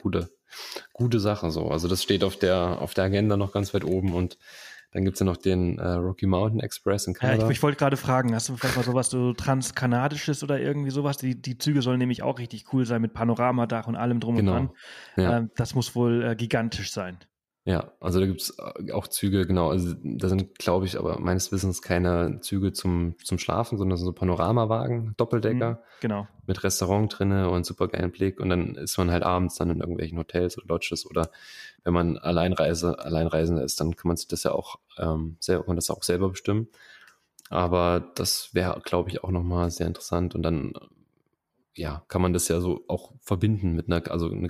gute Sache so. Also das steht auf der Agenda noch ganz weit oben und dann gibt es ja noch den Rocky Mountain Express in Kanada. Ja, ich wollte gerade fragen, hast du vielleicht mal sowas so Transkanadisches oder irgendwie sowas? Die Züge sollen nämlich auch richtig cool sein mit Panoramadach und allem drum und dran. Ja. Das muss wohl gigantisch sein. Ja, also da gibt es auch Züge, genau. Also da sind, glaube ich, aber meines Wissens keine Züge zum Schlafen, sondern so Panoramawagen, Doppeldecker. Genau. Mit Restaurant drinne und super geilen Blick. Und dann ist man halt abends dann in irgendwelchen Hotels oder Lodges oder wenn man Alleinreisender ist, dann kann man sich das ja auch selber bestimmen. Aber das wäre, glaube ich, auch nochmal sehr interessant. Und dann ja, kann man das ja so auch verbinden mit eine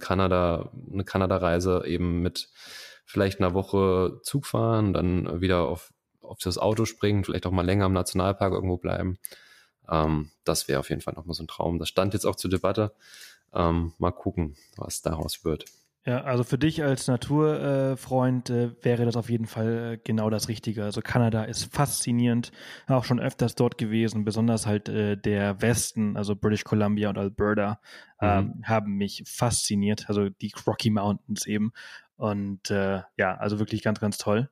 Kanada-Reise eben mit vielleicht einer Woche Zug fahren, dann wieder auf das Auto springen, vielleicht auch mal länger im Nationalpark irgendwo bleiben. Das wäre auf jeden Fall nochmal so ein Traum. Das stand jetzt auch zur Debatte. Mal gucken, was daraus wird. Ja, also für dich als Naturfreund wäre das auf jeden Fall genau das Richtige. Also Kanada ist faszinierend, auch schon öfters dort gewesen, besonders halt der Westen, also British Columbia und Alberta, haben mich fasziniert, also die Rocky Mountains eben. Und ja, also wirklich ganz, ganz toll.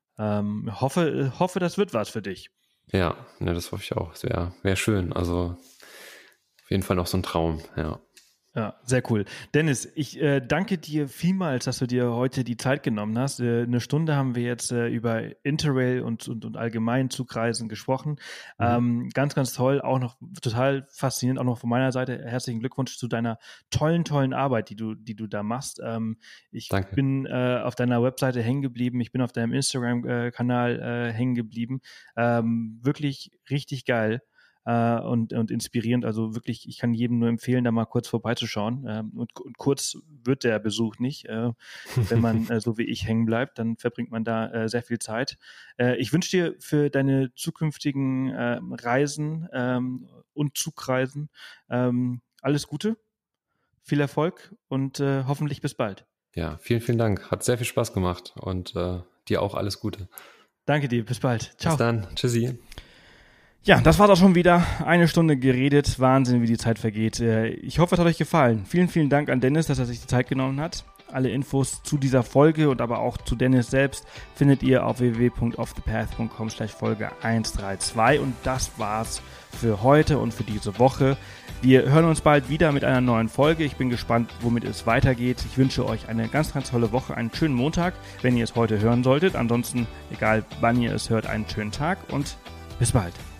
Hoffe, das wird was für dich. Ja, das hoffe ich auch. Es wäre schön. Also auf jeden Fall noch so ein Traum, ja. Ja, sehr cool. Dennis, ich danke dir vielmals, dass du dir heute die Zeit genommen hast. Eine Stunde haben wir jetzt über Interrail und allgemein Zugreisen gesprochen. Ganz, ganz toll, auch noch total faszinierend, auch noch von meiner Seite. Herzlichen Glückwunsch zu deiner tollen Arbeit, die du da machst. Ich bin auf deiner Webseite hängen geblieben, ich bin auf deinem Instagram-Kanal hängen geblieben. Wirklich richtig geil. Und inspirierend, also wirklich, ich kann jedem nur empfehlen, da mal kurz vorbeizuschauen. Und kurz wird der Besuch nicht. Wenn man so wie ich hängen bleibt, dann verbringt man da sehr viel Zeit. Ich wünsche dir für deine zukünftigen Reisen und Zugreisen alles Gute, viel Erfolg und hoffentlich bis bald. Ja, vielen, vielen Dank. Hat sehr viel Spaß gemacht und dir auch alles Gute. Danke dir, bis bald. Ciao. Bis dann, tschüssi. Ja, das war's auch schon wieder. 1 Stunde geredet. Wahnsinn, wie die Zeit vergeht. Ich hoffe, es hat euch gefallen. Vielen, vielen Dank an Dennis, dass er sich die Zeit genommen hat. Alle Infos zu dieser Folge und aber auch zu Dennis selbst findet ihr auf www.offthepath.com/Folge 132. Und das war's für heute und für diese Woche. Wir hören uns bald wieder mit einer neuen Folge. Ich bin gespannt, womit es weitergeht. Ich wünsche euch eine ganz, ganz tolle Woche, einen schönen Montag, wenn ihr es heute hören solltet. Ansonsten, egal wann ihr es hört, einen schönen Tag und bis bald.